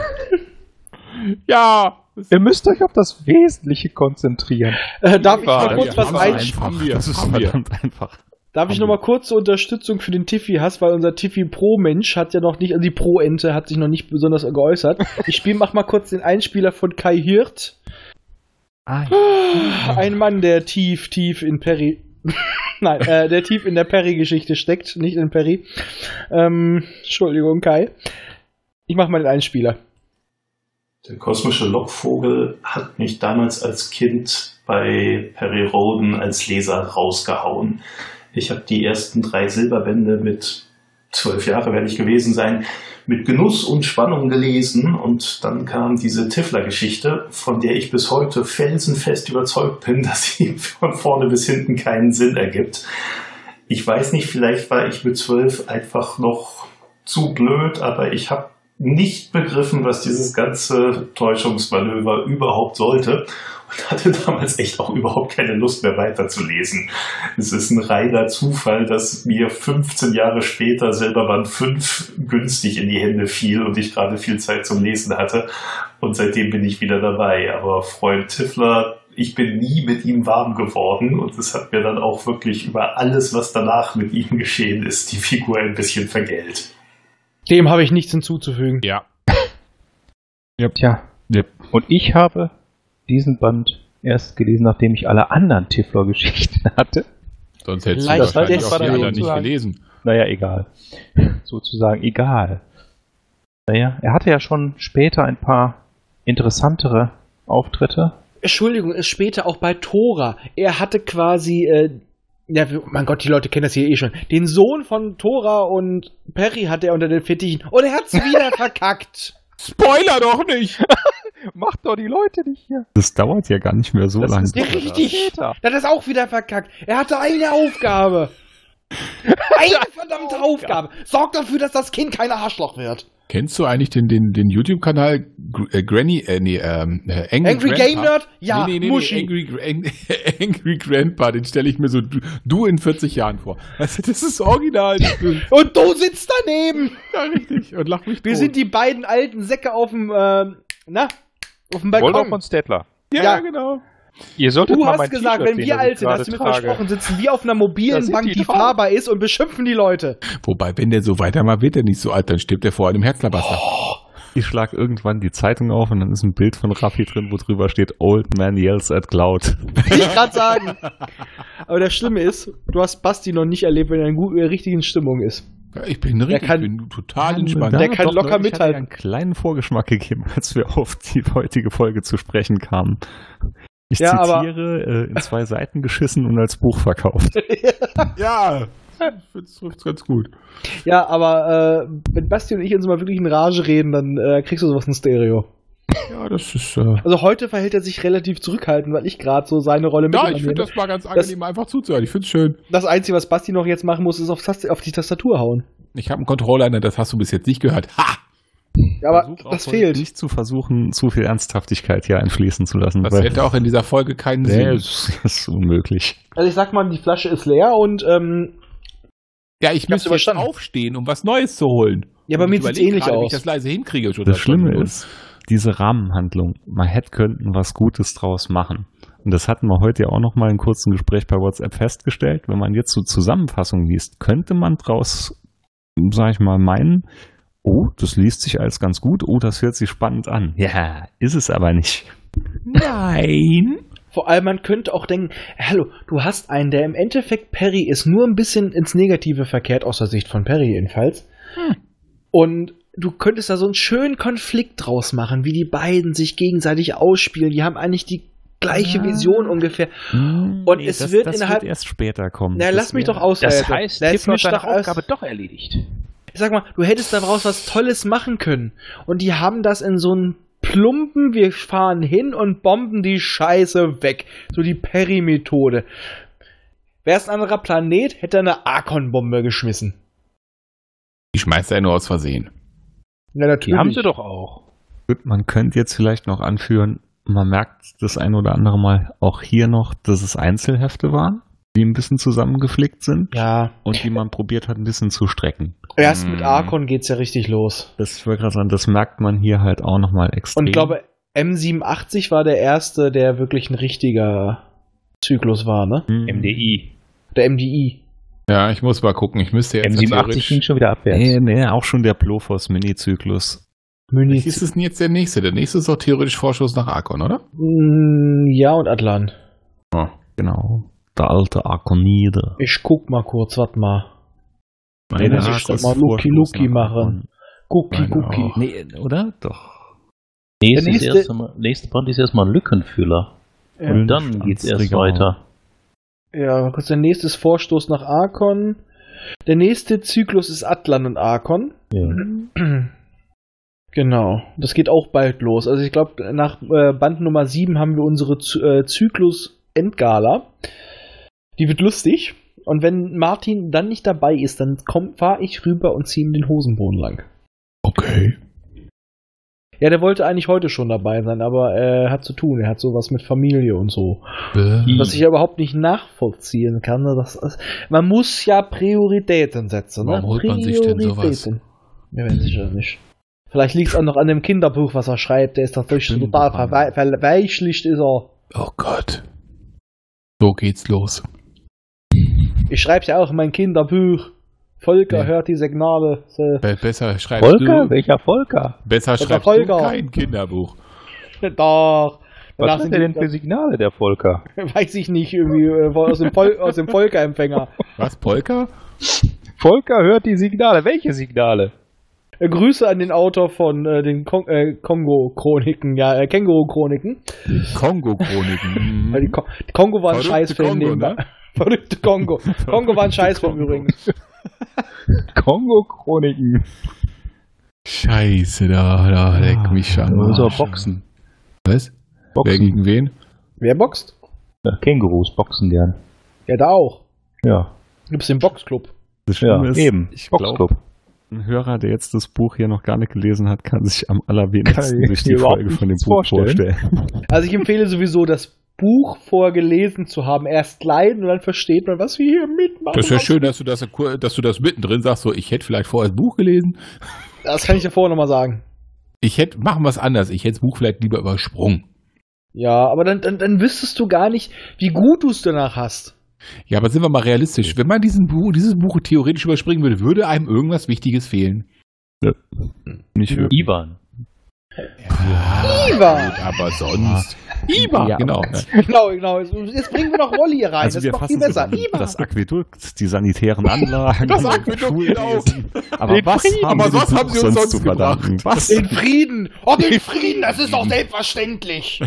Ja. Ihr müsst euch auf das Wesentliche konzentrieren. Äh, darf ich Ja, mal kurz wir was haben einspielen? Haben wir. Das ist Haben wir. verdammt einfach. Darf ich noch mal kurz zur Unterstützung für den Tiffy hast, weil unser Tiffy Pro-Mensch hat ja noch nicht, also die Pro-Ente hat sich noch nicht besonders geäußert. Ich spiele, mach mal kurz den Einspieler von Kai Hirt. Ah, Ein Mann, der tief, tief in Perry, nein, äh, der tief in der Perry-Geschichte steckt, nicht in Perry. Ähm, Entschuldigung, Kai. Ich mach mal den Einspieler. Der kosmische Lockvogel hat mich damals als Kind bei Perry Rhodan als Leser rausgehauen. Ich habe die ersten drei Silberbände mit zwölf Jahre werde ich gewesen sein, mit Genuss und Spannung gelesen, und dann kam diese Tiffler-Geschichte, von der ich bis heute felsenfest überzeugt bin, dass sie von vorne bis hinten keinen Sinn ergibt. Ich weiß nicht, vielleicht war ich mit zwölf einfach noch zu blöd, aber ich habe nicht begriffen, was dieses ganze Täuschungsmanöver überhaupt sollte, und hatte damals echt auch überhaupt keine Lust mehr weiterzulesen. Es ist ein reiner Zufall, dass mir fünfzehn Jahre später Silberband fünf günstig in die Hände fiel und ich gerade viel Zeit zum Lesen hatte, und seitdem bin ich wieder dabei. Aber Freund Tiffler, ich bin nie mit ihm warm geworden, und es hat mir dann auch wirklich über alles, was danach mit ihm geschehen ist, die Figur ein bisschen vergällt. Dem habe ich nichts hinzuzufügen. Ja. Tja. Yep. Und ich habe diesen Band erst gelesen, nachdem ich alle anderen Tiflor-Geschichten hatte. Sonst hättest Leicht du wahrscheinlich war auch die der anderen nicht sozusagen. gelesen. Naja, egal. Sozusagen egal. Naja, er hatte ja schon später ein paar interessantere Auftritte. Entschuldigung, ist später auch bei Thora. Er hatte quasi, äh, ja, mein Gott, die Leute kennen das hier eh schon. Den Sohn von Thora und Perry hat er unter den Fittichen. Und er hat's wieder verkackt. Spoiler doch nicht! Macht doch die Leute nicht hier. das dauert ja gar nicht mehr so Das lange. ist Ja, doch richtig. später. Das ist auch wieder verkackt. Er hatte eine Aufgabe. Eine verdammte Aufgabe. Sorg dafür, dass das Kind kein Arschloch wird. Kennst du eigentlich den, den, den YouTube-Kanal Gr- äh, Granny, äh, nee, ähm, äh, Angry, Angry Grandpa? Game Nerd? Ja, nee, nee, nee, Muschi. nee, Angry, Gra- Angry Grandpa, den stelle ich mir so du, du in vierzig Jahren vor. Weißt du, das ist original. Und du sitzt daneben. Ja, richtig. Und lach mich Wir tot. sind die beiden alten Säcke auf dem, ähm, na, auf dem Waldorf Balkon. und Stettler. Ja, Ja. genau. Ihr solltet Du mal hast mein gesagt, T-Shirt wenn sehen, wir das ich alt sind, gerade hast du mir trage. versprochen, sitzen wir auf einer Da mobilen sind Bank, die die drauf. fahrbar ist und beschimpfen die Leute. Wobei, wenn der so weitermacht, wird er nicht so alt, dann stirbt er vor einem Herzlabaster. Ich schlag irgendwann die Zeitung auf und dann ist ein Bild von Raffi drin, wo drüber steht, Old Man yells at Cloud. Will ich gerade sagen. Aber das Schlimme ist, du hast Basti noch nicht erlebt, wenn er in der richtigen Stimmung ist. Ja, ich bin richtig, kann- ich bin total entspannt. Der kann locker neulich hat er mithalten. einen kleinen Vorgeschmack gegeben, als wir auf die heutige Folge zu sprechen kamen. Ich Ja, aber- zitiere, äh, in zwei Seiten geschissen und als Buch verkauft. Ja, das trifft ganz gut. Ja, aber äh, wenn Basti und ich uns mal wirklich in Rage reden, dann äh, kriegst du sowas in Stereo. Ja, das ist. Äh, Also heute verhält er sich relativ zurückhaltend, weil ich gerade so seine Rolle mit ja, ich übernehme. finde das mal ganz angenehm, einfach zuzuhören. Ich finde es schön. Das Einzige, was Basti noch jetzt machen muss, ist auf, Tast- auf die Tastatur hauen. Ich habe einen Controller, das hast du bis jetzt nicht gehört. Ha! Ja, aber Versuch auch das heute fehlt. Nicht zu versuchen, zu viel Ernsthaftigkeit hier einfließen zu lassen. Das weil- hätte auch in dieser Folge keinen Nee, Sinn. das ist unmöglich. Also ich sag mal, die Flasche ist leer und ähm, Ja, ich hab's müsste jetzt überstanden. aufstehen, um was Neues zu holen. Ja, bei Und mir ich sieht's überleg ähnlich gerade, wie aus. ich das leise hinkriege. Schon Das seit Schlimme Stunden. ist, diese Rahmenhandlung, man hätte könnten was Gutes draus machen. Und das hatten wir heute ja auch noch mal in kurzem Gespräch bei WhatsApp festgestellt. Wenn man jetzt so Zusammenfassungen liest, könnte man draus, sag ich mal, meinen, oh, das liest sich alles ganz gut, oh, das hört sich spannend an. Ja, ist es aber nicht. Nein. vor allem man könnte auch denken, hallo, du hast einen, der im Endeffekt Perry ist, nur ein bisschen ins Negative verkehrt, aus der Sicht von Perry jedenfalls. Hm. Und du könntest da so einen schönen Konflikt draus machen, wie die beiden sich gegenseitig ausspielen. Die haben eigentlich die gleiche Ja. Vision ungefähr. Und Und es das, wird das innerhalb- wird erst später kommen. Na, Das lass mich wär- doch ausreden. Das heißt, Lass Tippler mich hat seine doch aus- Aufgabe doch erledigt. Ich sag mal, du hättest daraus was Tolles machen können. Und die haben das in so einen plumpen, wir fahren hin und bomben die Scheiße weg. So die Perry-Methode. Wäre es ein anderer Planet, hätte er eine Arkon-Bombe geschmissen. Die schmeißt er nur aus Versehen. Ja, natürlich. Die haben sie doch auch. Gut, man könnte jetzt vielleicht noch anführen, man merkt das ein oder andere Mal auch hier noch, dass es Einzelhefte waren, die ein bisschen zusammengeflickt sind Ja, und die man probiert hat, ein bisschen zu strecken. erst Hm. mit Arkon geht's ja richtig los. Das, ich wollte gerade sagen, das merkt man hier halt auch nochmal extrem. Und ich glaube, M siebenundachtzig war der erste, der wirklich ein richtiger Zyklus war, ne? Hm. M D I. Der M D I. Ja, ich muss mal gucken. Ich müsste jetzt M siebenundachtzig ging theoretisch- schon wieder abwärts. Nee, nee, auch schon der Plofos-Mini-Zyklus. Münich. Ist es denn jetzt der nächste? Der nächste ist doch theoretisch Vorschuss nach Arkon, oder? Mm, Ja, und Atlan. Genau. Der alte Arkonide. Ich guck mal kurz, warte mal. Nee, muss der ich Arko doch ist mal Lucky Vorschuss Lucky nach machen. Arkon. Gucki, Meine gucki. auch. Nee, oder? Doch. Nächstes Der nächste- erst einmal, nächste Band ist erstmal Lückenfüller. Ja. Und dann geht's erst weiter. Ja, kurz, der nächste ist Vorstoß nach Arkon. Der nächste Zyklus ist Atlan und Arkon. Ja. Genau. Das geht auch bald los. Also ich glaube, nach äh, Band Nummer sieben haben wir unsere Z äh, Zyklus-Endgala. Die wird lustig. Und wenn Martin dann nicht dabei ist, dann fahre ich rüber und ziehe ihm den Hosenboden lang. Okay. Ja, der wollte eigentlich heute schon dabei sein, aber er hat zu tun. Er hat sowas mit Familie und so. Äh, Was ich überhaupt nicht nachvollziehen kann. ne, Das, das, man muss ja Prioritäten setzen. Ne? Warum holt man sich denn sowas? Prioritäten. Ja, weiß ich ja nicht. Vielleicht liegt es auch noch an dem Kinderbuch, was er schreibt. Der ist doch durch Stimmt, total Mann. verwe verweichlicht ist er. Oh Gott. So geht's los. Ich schreibe ja auch in mein Kinderbuch. Volker Ja. hört die Signale. So. Be- Besser schreibst Volker? du. Welcher Volker? Besser Der schreibst Volker. du kein Kinderbuch. Doch. Danach Was hat sind er die- denn für Signale, der Volker? Weiß ich nicht, irgendwie äh, aus dem, Vol aus dem Volkerempfänger. Was, Polka? Volker hört die Signale. Welche Signale? Äh, Grüße an den Autor von äh, den Kon äh, Kongo-Chroniken, ja, äh, Känguru-Chroniken. Kongo-Chroniken. Weil die, Ko die Kongo war ein Verrückte Scheißfilm. Kongo, nebenbei. ne? Verrückte Kongo. Kongo war ein Scheißfilm Kongo. übrigens. Kongo-Chroniken. Scheiße, da, da leck mich am Da muss er Arsch. boxen. Was? Wer Boxen. gegen wen? Wer boxt? Ja, Kängurus boxen gern. Ja, da auch. Ja. Gibt's den Boxclub. Das Schlimme Ja, ist, eben. ich Boxclub. glaube, ein Hörer, der jetzt das Buch hier noch gar nicht gelesen hat, kann sich am allerwenigsten Kann ich durch die mir überhaupt Folge von dem nichts Buch vorstellen. vorstellen. Also ich empfehle sowieso, das Buch vorher gelesen zu haben. Erst leiden und dann versteht man, was wir hier mitmachen. Das ist ja Was- schön, dass du das, dass du das mittendrin sagst, so, ich hätte vielleicht vorher das Buch gelesen. Das kann ich ja vorher nochmal sagen. Ich hätte, machen wir es anders, ich hätte das Buch vielleicht lieber übersprungen. Ja, aber dann, dann, dann wüsstest du gar nicht, wie gut du es danach hast. Ja, aber sind wir mal realistisch. Wenn man diesen Buch, dieses Buch theoretisch überspringen würde, würde einem irgendwas Wichtiges fehlen. Nicht wirklich. Ivan. Ivan! Gut, aber sonst. Ivan, Ja, genau. Genau, genau. Jetzt jetzt bringen wir noch Wally rein. Also das wir ist noch viel fassen besser. zusammen. Ivan! Das Aquädukt, die sanitären Anlagen, Das Aquädukt, Schulwesen. Aber Den was Frieden. haben Aber wir was dem haben Buch sie uns sonst sonst zu verdanken? gebracht? Was? Den Frieden! Oh, den Frieden, das ist doch selbstverständlich!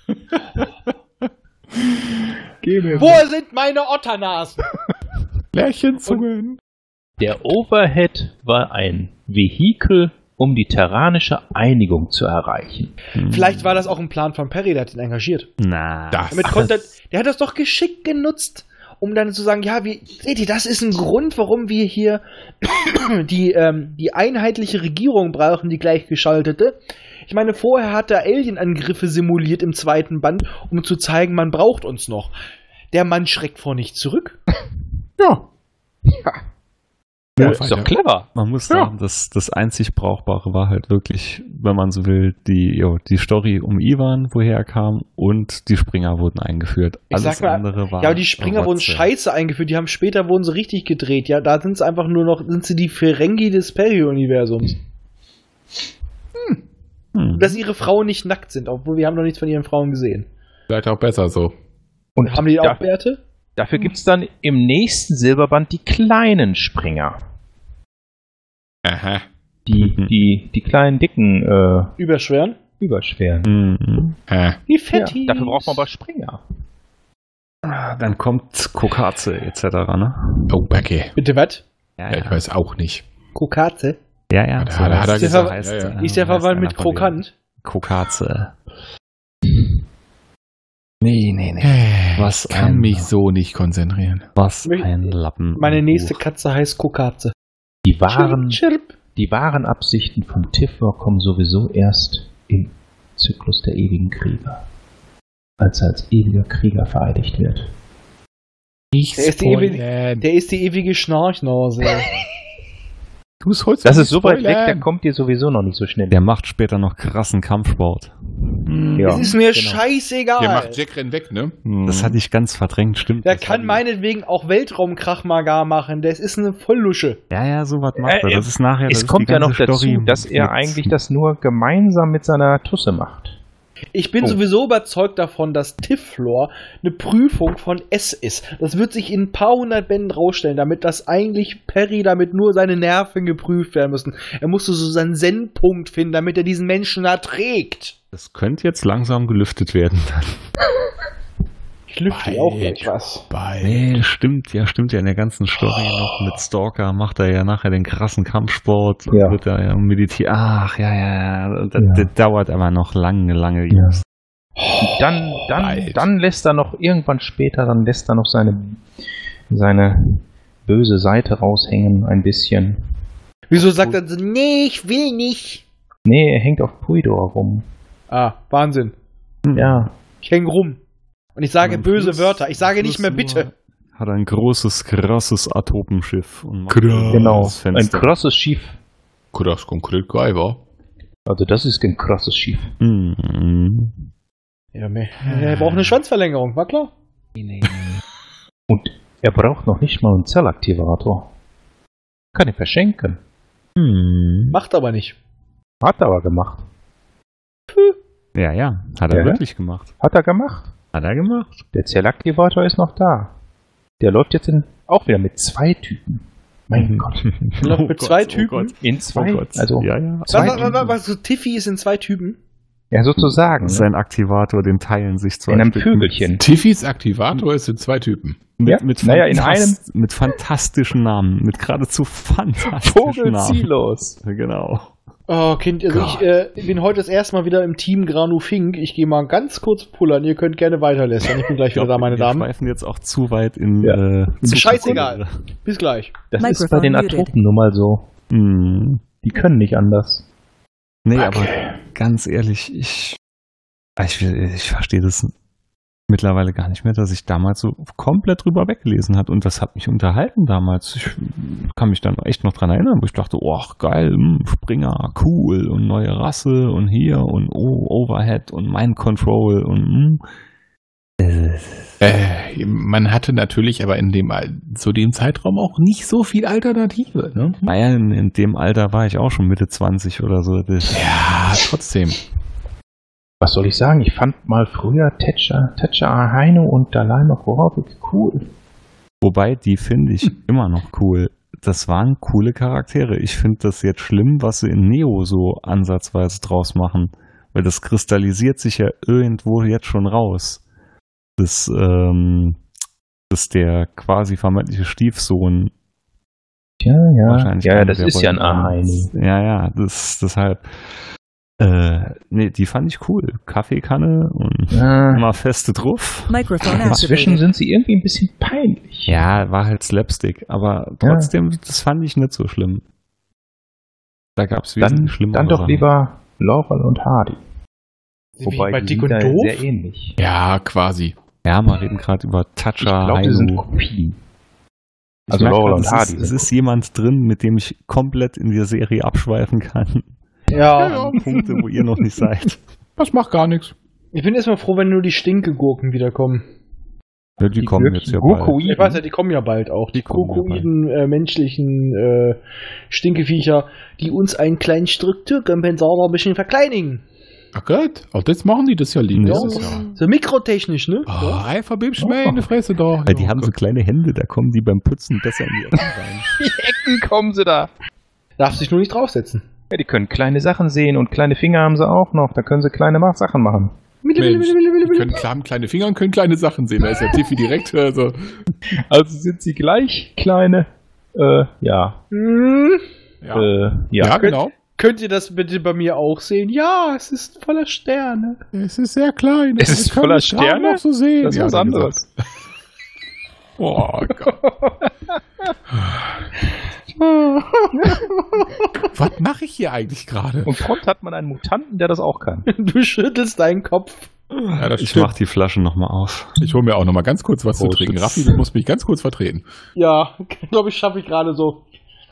Wo sind meine Otternasen? Lärchenzungen. Der Overhead war ein Vehikel, um die terranische Einigung zu erreichen. Vielleicht war das auch ein Plan von Perry, der hat ihn engagiert. Na, Das. Damit konnte, der hat das doch geschickt genutzt, um dann zu sagen, ja, wie, seht ihr, das ist ein Grund, warum wir hier die, ähm, die einheitliche Regierung brauchen, die gleichgeschaltete. Ich meine, vorher hat er Alien-Angriffe simuliert im zweiten Band, um zu zeigen, man braucht uns noch. Der Mann schreckt vor nichts zurück. Ja. Ja, ist doch clever. man muss Ja. sagen, dass das einzig Brauchbare war halt wirklich, wenn man so will, die, jo, die Story um Ivan, woher er kam, und die Springer wurden eingeführt. Ich Alles sag mal, andere war ja, aber die Springer wurden Rotze. scheiße eingeführt, die haben später wurden sie richtig gedreht, ja, da sind sie einfach nur noch, sind sie die Ferengi des Perry-Universums. Hm. Dass ihre Frauen nicht nackt sind, obwohl wir haben noch nichts von ihren Frauen gesehen. Vielleicht auch besser so. Und Haben die auch da, Bärte? dafür gibt es dann im nächsten Silberband die kleinen Springer. Aha. Die, Mhm. die, die kleinen, dicken, äh, Überschweren? Überschweren. Mhm. Äh. Die Ja, Fettis. dafür braucht man aber Springer. Ah, Dann kommt Kokaze et cetera, ne? Oh, okay. Bitte was? Ja, Ja, ich weiß auch nicht. Kokaze? Ja, ja. Hat er- hat er heißt- gesagt, so heißt, ja, ja. äh, Ist der heißt verwandt einer mit von denen. Krokant? Kokaze. Nee, nee, nee. Was Ich kann ein, mich so nicht konzentrieren. Was Möcht- ein Lappen. Meine Buch. nächste Katze heißt Kokaze. Die wahren, Chirp, chirp. die wahren Absichten von Tiflor kommen sowieso erst im Zyklus der ewigen Krieger. Als er als ewiger Krieger vereidigt wird. Nicht Der ist die ewige- spoilern. Der ist die ewige Schnarchnase. Du sollst Das nicht ist so weit weg, der spoilern. kommt dir sowieso noch nicht so schnell. Der macht später noch krassen Kampfsport. Ja. Das ist mir genau. scheißegal. Der macht Jack rennt weg, ne? Das hatte ich ganz verdrängt, stimmt. Der das kann war- meinetwegen auch Weltraumkrachmagar machen. Das ist eine Volllusche. Ja, ja, sowas macht er. Äh, Das ist nachher. das Es ist kommt die ja noch ganze dazu, Story dass er mit- eigentlich das nur gemeinsam mit seiner Tusse macht. Ich bin Oh. sowieso überzeugt davon, dass Tiflor eine Prüfung von S ist. Das wird sich in ein paar hundert Bänden rausstellen, damit das eigentlich Perry, damit nur seine Nerven geprüft werden müssen. Er musste so seinen Zen-Punkt finden, damit er diesen Menschen erträgt. Das könnte jetzt langsam gelüftet werden. Ich lüfte auch gleich was. Bei. Nee, stimmt, ja, stimmt ja. In der ganzen Story noch mit Stalker macht er ja nachher den krassen Kampfsport. Ja. Wird er ja meditieren. Ach, ja, ja, ja. Das, Ja. das dauert aber noch lange, lange. Ja. Dann, dann, Bald. dann lässt er noch irgendwann später, dann lässt er noch seine, seine böse Seite raushängen, ein bisschen. Wieso sagt er so, nee, ich will nicht? Nee, er hängt auf Puidor rum. Ah, Wahnsinn. Ja. Ich häng rum. Und ich sage Am böse Schluss- Wörter. Ich sage am nicht mehr Schluss bitte. nur Hat ein großes, krasses Atomschiff. Und macht Krass. Genau. das Ein Fenster. krasses Schiff. Das konkret geil war. Also das ist ein krasses Schiff. Mhm. Ja, meh. Er braucht eine Schwanzverlängerung, war klar? Und er braucht noch nicht mal einen Zellaktivator. Kann ihn verschenken. Mhm. Macht aber nicht. Hat er aber gemacht. Ja, ja, hat er Ja? wirklich gemacht. Hat er gemacht. Hat er gemacht. Der Zellaktivator ist noch da. Der läuft jetzt in, auch wieder mit zwei Typen. Mein Gott. läuft mit zwei Typen? Oh Gott. In zwei, Oh Gott. also ja, ja. Was, Zwei was, was, Typen. was, so Tiffy ist in zwei Typen? ja sozusagen. Ne? Sein Aktivator, den teilen sich zwei In einem Stück Vögelchen. Tiffys Aktivator ist in zwei Typen. Mit, Ja, mit, naja, in fantast- mit fantastischen Namen. Mit geradezu fantastischen Namen. Vogelzilos. Genau. Oh, Kind, also ich äh, bin heute das erste Mal wieder im Team Granu Fink. Ich gehe mal ganz kurz pullern. Ihr könnt gerne weiterlästern. Ich bin gleich wieder glaub, da, meine wir Damen. Wir schweifen jetzt auch zu weit in. Ja. Äh, zu Scheißegal. Bis gleich. Das ist bei den Atomen nun mal so. Mm. Die können nicht anders. Nee, okay. aber ganz ehrlich, ich, ich, ich verstehe das mittlerweile gar nicht mehr, dass ich damals so komplett drüber weggelesen habe. Und das hat mich unterhalten damals. Ich kann mich dann echt noch dran erinnern, wo ich dachte, oh, geil, mh, Springer, cool und neue Rasse und hier und oh, Overhead und Mind Control und mh. Äh, man hatte natürlich aber in dem zu dem Zeitraum auch nicht so viel Alternative. Ne? Naja, in, in dem Alter war ich auch schon Mitte zwanzig oder so. Das ja, trotzdem. Was soll ich sagen? Ich fand mal früher Tetcher, Tetcher Ahaino und Dalai Nokorovik cool. Wobei, die finde ich immer noch cool. Das waren coole Charaktere. Ich finde das jetzt schlimm, was sie in Neo so ansatzweise draus machen. Weil das kristallisiert sich ja irgendwo jetzt schon raus. Das, ähm, das ist der quasi vermeintliche Stiefsohn. Ja, ja. Wahrscheinlich ja, einer das der ist ja ein Ahaino. Ja, ja, das deshalb. Äh, nee, die fand ich cool. Kaffeekanne und Ja. immer feste drauf. Inzwischen sind sie irgendwie ein bisschen peinlich. Ja, war halt Slapstick, aber trotzdem, das fand ich nicht so schlimm. Da gab es Dann, wesentlich schlimmere dann doch Sachen. lieber Laurel und Hardy. Sind wir Wobei bei die Dick und sind da Doof? sehr ähnlich. Ja, quasi. Ja, wir reden gerade über Ich Tatcha, glaube, die sind Hainu. Kopien. Ich Also merk Laurel grad, und es Hardy. Ist, es sind ist jemand drin, mit dem ich komplett in der Serie abschweifen kann. Ja. An Punkte, wo ihr noch nicht seid. Das macht gar nichts. Ich bin erstmal froh, wenn nur die Stinkegurken wiederkommen. Ja, die, Die kommen wirklich jetzt ja bald. Gokuiden. Ich weiß ja, die kommen ja bald auch. Die Die kommen ja Kokoiden, äh, menschlichen äh, Stinkeviecher, die uns einen kleinen Strukturkompensator ein bisschen verkleinigen. Ach Gott, auch das machen die das ja lieb. Ja. Das ist ja. So mikrotechnisch, ne? Oh, einfach bibsch mir in die Fresse da. Weil die haben so kleine Hände, da kommen die beim Putzen besser in die Ecken rein. Die Ecken kommen sie da. Darf sich nur nicht draufsetzen. Ja, die können kleine Sachen sehen und kleine Finger haben sie auch noch. Da können sie kleine Mach- Sachen machen. Mensch, die können haben kleine Finger und können kleine Sachen sehen. Da ist ja Tiffy direkt. Also. Also sind sie gleich kleine. Äh, ja. Hm. Ja, Äh, ja. ja genau. Könnt ihr das bitte bei mir auch sehen? Ja, es ist voller Sterne. Es ist sehr klein. Es ist Wir können voller es gerade Sterne? noch so sehen. Das ist Ja, was wie anderes. gesagt. Oh Gott. Was mache ich hier eigentlich gerade? Und prompt hat man einen Mutanten, der das auch kann. Du schüttelst deinen Kopf. Ja, das Ich stimmt. mach die Flasche nochmal auf. Ich hole mir auch noch mal ganz kurz was Prost. zu trinken. Raffi, du musst mich ganz kurz vertreten. Ja, glaube ich, schaffe ich gerade so.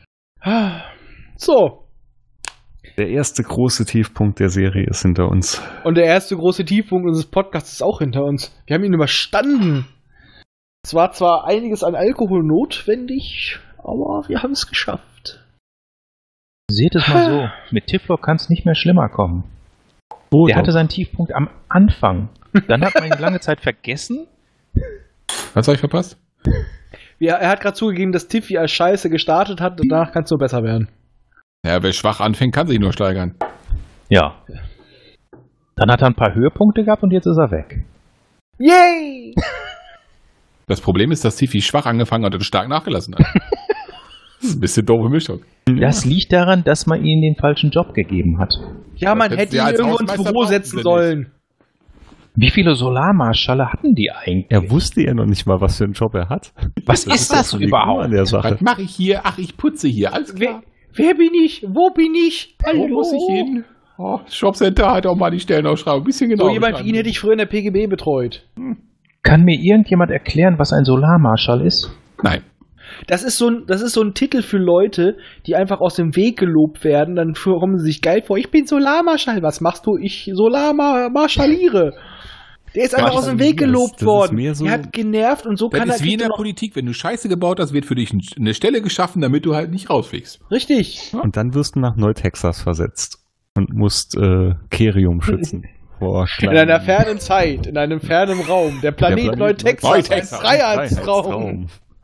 So. Der erste große Tiefpunkt der Serie ist hinter uns. Und der erste große Tiefpunkt unseres Podcasts ist auch hinter uns. Wir haben ihn überstanden. Es war zwar einiges an Alkohol notwendig, aber wir haben es geschafft. Seht es mal so. Mit Tiflo kann es nicht mehr schlimmer kommen. Oh, Der doch. hatte seinen Tiefpunkt am Anfang. Dann hat man ihn lange Zeit vergessen. Was habe ich verpasst? Ja, er hat gerade zugegeben, dass Tiffy als Scheiße gestartet hat. Danach kann es nur besser werden. Ja, wer schwach anfängt, kann sich nur steigern. Ja. Dann hat er ein paar Höhepunkte gehabt und jetzt ist er weg. Yay! Das Problem ist, dass Tiffy schwach angefangen hat und stark nachgelassen hat. Das ist ein bisschen doofe Mischung. Das liegt daran, dass man ihnen den falschen Job gegeben hat. Ja, man hättest hätte du ja ihn als irgendwo ins Hausmeister Büro brauchen setzen sie sollen. Wie viele Solarmarschalle hatten die eigentlich? Er wusste ja noch nicht mal, was für einen Job er hat. Was ist das Die Kur überhaupt? an der Sache. Was mache ich hier? Ach, ich putze hier. Alles klar. Wer, wer bin ich? Wo bin ich? Wo muss ich hin? Oh, Shopcenter hat auch mal die Stellenausschreibung ein bisschen genau. So jemand wie ihn hätte ich früher in der P G B betreut. Kann mir irgendjemand erklären, was ein Solarmarschall ist? Nein. Das ist, so ein, das ist so ein Titel für Leute, die einfach aus dem Weg gelobt werden. Dann kommen sie sich geil vor. Ich bin Solarmarschall. Was machst du? Ich Solarmarschalliere. Der ist einfach aus dem Weg gelobt das ist worden. mehr so- Der hat genervt und so Das kann ist er wie in der noch- Politik. Wenn du Scheiße gebaut hast, wird für dich eine Stelle geschaffen, damit du halt nicht rausfliegst. Richtig. Und dann wirst du nach Neutexas versetzt und musst äh, Kerium schützen. Vor In kleinen- einer fernen Zeit, in einem fernen Raum. Der Planet, Der Planet Neutexas, Neutexas. ein Freiheitsraum.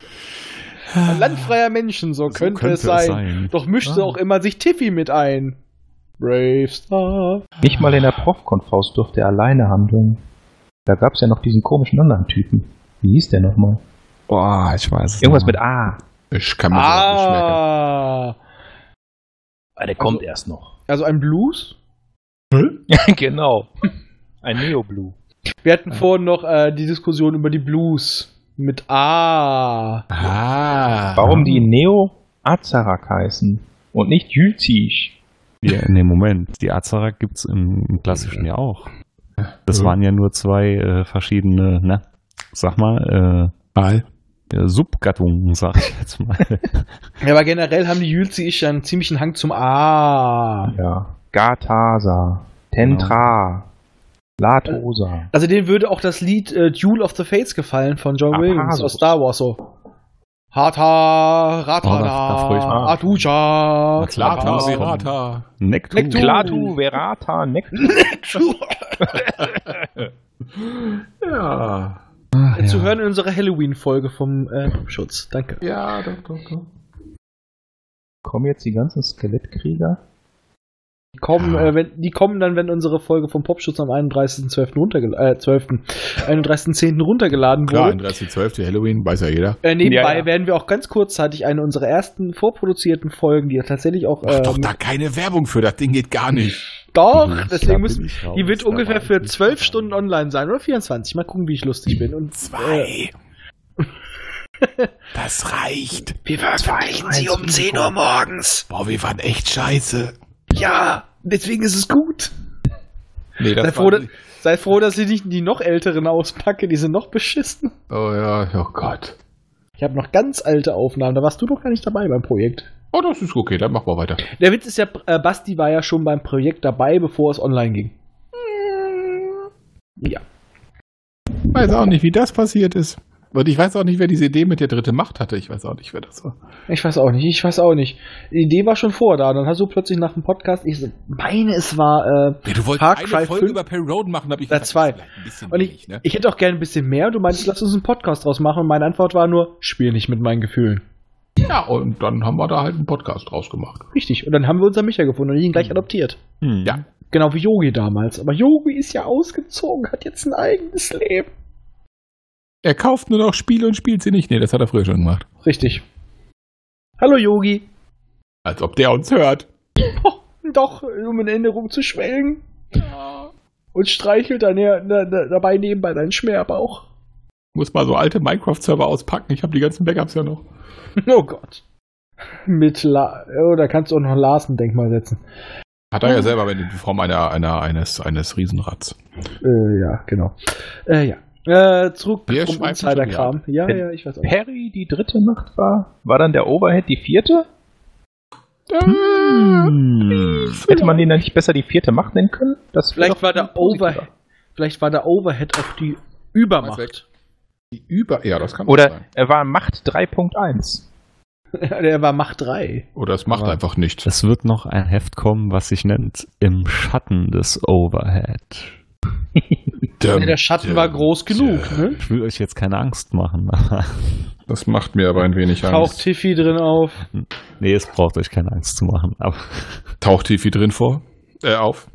Ein Land freier Menschen, so, könnte, könnte es es sein. sein. Doch mischte Ah. auch immer sich Tiffy mit ein. Brave Star. Nicht mal in der Profkonfaust durfte er alleine handeln. Da gab es ja noch diesen komischen anderen Typen. Wie hieß der nochmal? Boah, ich weiß es Irgendwas nicht. mit A. Ich kann mir sowas nicht merken. Ah. Ah, der kommt erst noch. Also ein Blues? Genau. Ein Neo-Blue. Wir hatten vorhin noch äh, die Diskussion über die Blues. Mit A. Ah. Warum die Neo-Azarak heißen und nicht Jütisch? Ja, in dem Moment. Die Azarak gibt es im, im Klassischen ja auch. Das waren ja nur zwei äh, verschiedene, ne? Sag mal, äh, Mal. äh, Subgattungen, sag ich jetzt mal. Ja, aber generell haben die Jülzi-Isch ja einen ziemlichen Hang zum A. Ja. Gatasa, Tentra, Latosa. Also denen würde auch das Lied äh, Duel of the Fates gefallen von John Apasos. Williams aus Star Wars so. Hata, Ratana, Oh, da- da freu ich mich. Atuja, Klata, Klata. Serata. Nektu. Nektu. Klatu, Verata, Nektu. Ja. Ach, Zu ja. hören in unserer Halloween-Folge vom äh, Schutz. Danke. Ja, doch, doch, doch. Kommen jetzt die ganzen Skelettkrieger? Die kommen, Ja. äh, wenn, die kommen dann, wenn unsere Folge vom Popschutz am einunddreißigsten zwölften runtergeladen, äh, zwölften einunddreißigsten zehnten runtergeladen Klar, wurde. einunddreißigster zwölfter Halloween, weiß ja jeder. Äh, nebenbei Ja, ja. werden wir auch ganz kurzzeitig eine unserer ersten vorproduzierten Folgen, die ja tatsächlich auch. Mach ähm, doch da keine Werbung für, das Ding geht gar nicht. Doch, Ich- deswegen da müssen. bin ich raus, Die wird da ungefähr war ich für nicht zwölf dabei. Stunden online sein oder vierundzwanzig. Mal gucken, wie ich lustig bin. Und Zwei. Das reicht. Wir veröffentlichen sie um zehn Uhr morgens. Boah, wir waren echt scheiße. ja, deswegen ist es gut. Nee, Sei froh, dass, sei froh, dass ich nicht die noch älteren auspacke. Die sind noch beschissen. Oh ja, oh Gott. Ich habe noch ganz alte Aufnahmen. Da warst du doch gar nicht dabei beim Projekt. Oh, das ist okay, dann machen wir weiter. Der Witz ist ja, äh, Basti war ja schon beim Projekt dabei, bevor es online ging. Ja. Weiß auch nicht, wie das passiert ist. Und ich weiß auch nicht, wer diese Idee mit der dritte Macht hatte. Ich weiß auch nicht, wer das war. Ich weiß auch nicht, ich weiß auch nicht. Die Idee war schon vor da. Dann hast du plötzlich nach dem Podcast, ich so, meine, es war, äh, Ja, du wolltest Far eine Cry Folge fünf? über Perry Roden machen, hab ich Ja, gesagt, zwei. das ist vielleicht ein bisschen und ich, wenig, ne? ich hätte auch gerne ein bisschen mehr. Du meinst, lass uns einen Podcast draus machen. Und meine Antwort war nur, spiel nicht mit meinen Gefühlen. Ja, und dann haben wir da halt einen Podcast draus gemacht. Richtig. Und dann haben wir unseren Micha gefunden und ihn gleich adoptiert. Hm. Ja. Genau wie Yogi damals. Aber Yogi ist ja ausgezogen, hat jetzt ein eigenes Leben. Er kauft nur noch Spiele und spielt sie nicht. Nee, das hat er früher schon gemacht. Richtig. Hallo Yogi. Als ob der uns hört. Oh, doch, um in Erinnerung zu schwelgen. Und streichelt dann ja, da, da, dabei nebenbei deinen Schmerbauch. Muss mal so alte Minecraft-Server auspacken. Ich habe die ganzen Backups ja noch. Oh Gott. Mit La oh, da kannst du auch noch ein Larsen-Denkmal setzen. Hat er ja selber in Form einer, einer, eines, eines Riesenrads. Äh, ja, genau. Äh, ja. Äh, zurück Wir zum schweifen schon Insider-Kram. Ja, Wenn ja, ich weiß auch. Perry die dritte Macht war, war dann der Overhead die vierte? Hm. Hätte man den dann nicht besser die vierte Macht nennen können? Das wäre Vielleicht doch war der positiver. Overhead. Vielleicht war der Overhead auch die Übermacht. Die Über... Ja, das kann Oder sein. er war Macht drei Punkt eins. Der war Macht drei. Oder es macht Aber- einfach nichts. Es wird noch ein Heft kommen, was sich nennt Im Schatten des Overhead. Der Schatten war groß genug, ne? Ich will euch jetzt keine Angst machen. aber Das macht mir aber ein wenig Taucht Angst. Tiffy drin auf. nee, es braucht euch keine Angst zu machen. Aber Taucht Tiffy drin vor? Äh, auf?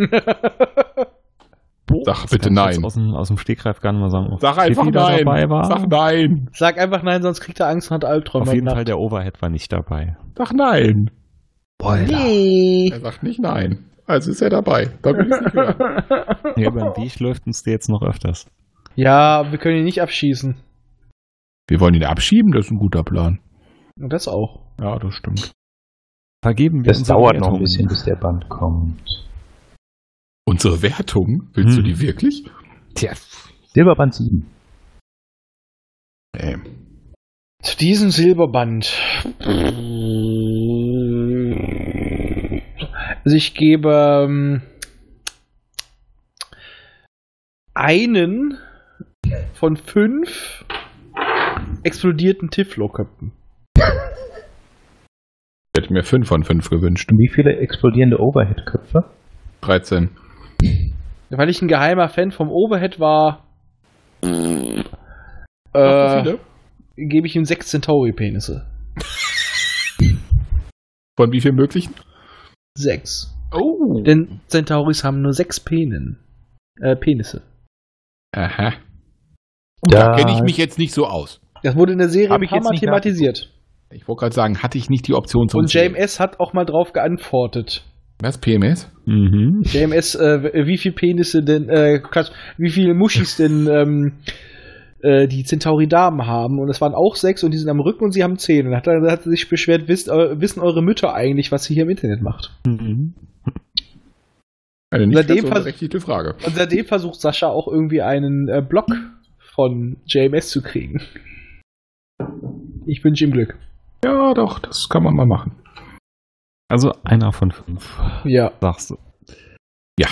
Sag bitte kann ich jetzt nein. Aus dem, aus dem Stegreif gar nicht mal sagen. ob Sag einfach Tiffy da nein. dabei war. Sag nein. Sag einfach nein, sonst kriegt er Angst und hat Albträume. Auf jeden heute Fall, Nacht. der Overhead war nicht dabei. Sag nein. Nee. Er sagt nicht nein. Also ist er dabei. Da will ich nicht hören. Nee, über den Weg läuft uns der jetzt noch öfters. Ja, wir können ihn nicht abschießen. Wir wollen ihn abschieben, das ist ein guter Plan. Und das auch. Ja, das stimmt. Vergeben wir Das unsere dauert noch ein Wertungen. bisschen, bis der Band kommt. Unsere Wertung, willst Hm. du die wirklich? Tja, Silberband sieben. Nee. Zu diesem Silberband. Also ich gebe ähm, einen von fünf explodierten Tiflo-Köpfen. Ich hätte mir fünf von fünf gewünscht. Und wie viele explodierende Overhead-Köpfe? dreizehn. Weil ich ein geheimer Fan vom Overhead war, Noch so äh, viele? gebe ich ihm sechs Centauri-Penisse. Von wie viel möglichen? Sechs. Oh. Denn Centauris haben nur sechs Penen. Äh, Penisse. Aha. Gut, da Da- kenne ich mich jetzt nicht so aus. Das wurde in der Serie Hab ein ich paar jetzt Mal nicht thematisiert. Ich wollte gerade sagen, hatte ich nicht die Option zum Und J M Zählen. S hat auch mal drauf geantwortet. Was, P M S? Mhm. J M S, äh, wie viel Penisse denn, äh, Quatsch, wie viele Muschis denn ähm, äh, die Centauri-Damen haben. Und es waren auch sechs und die sind am Rücken und sie haben zehn. Und dann hat, hat sie sich beschwert, wisst, äh, wissen eure Mütter eigentlich, was sie hier im Internet macht? Mhm. Eine nicht Seitdem ganz vers- unberechtigte Frage. Und seitdem versucht Sascha auch irgendwie einen äh, Blog von J M S zu kriegen. Ich wünsche ihm Glück. Ja, doch, das kann man mal machen. Also einer von fünf, Ja. sagst du. Ja.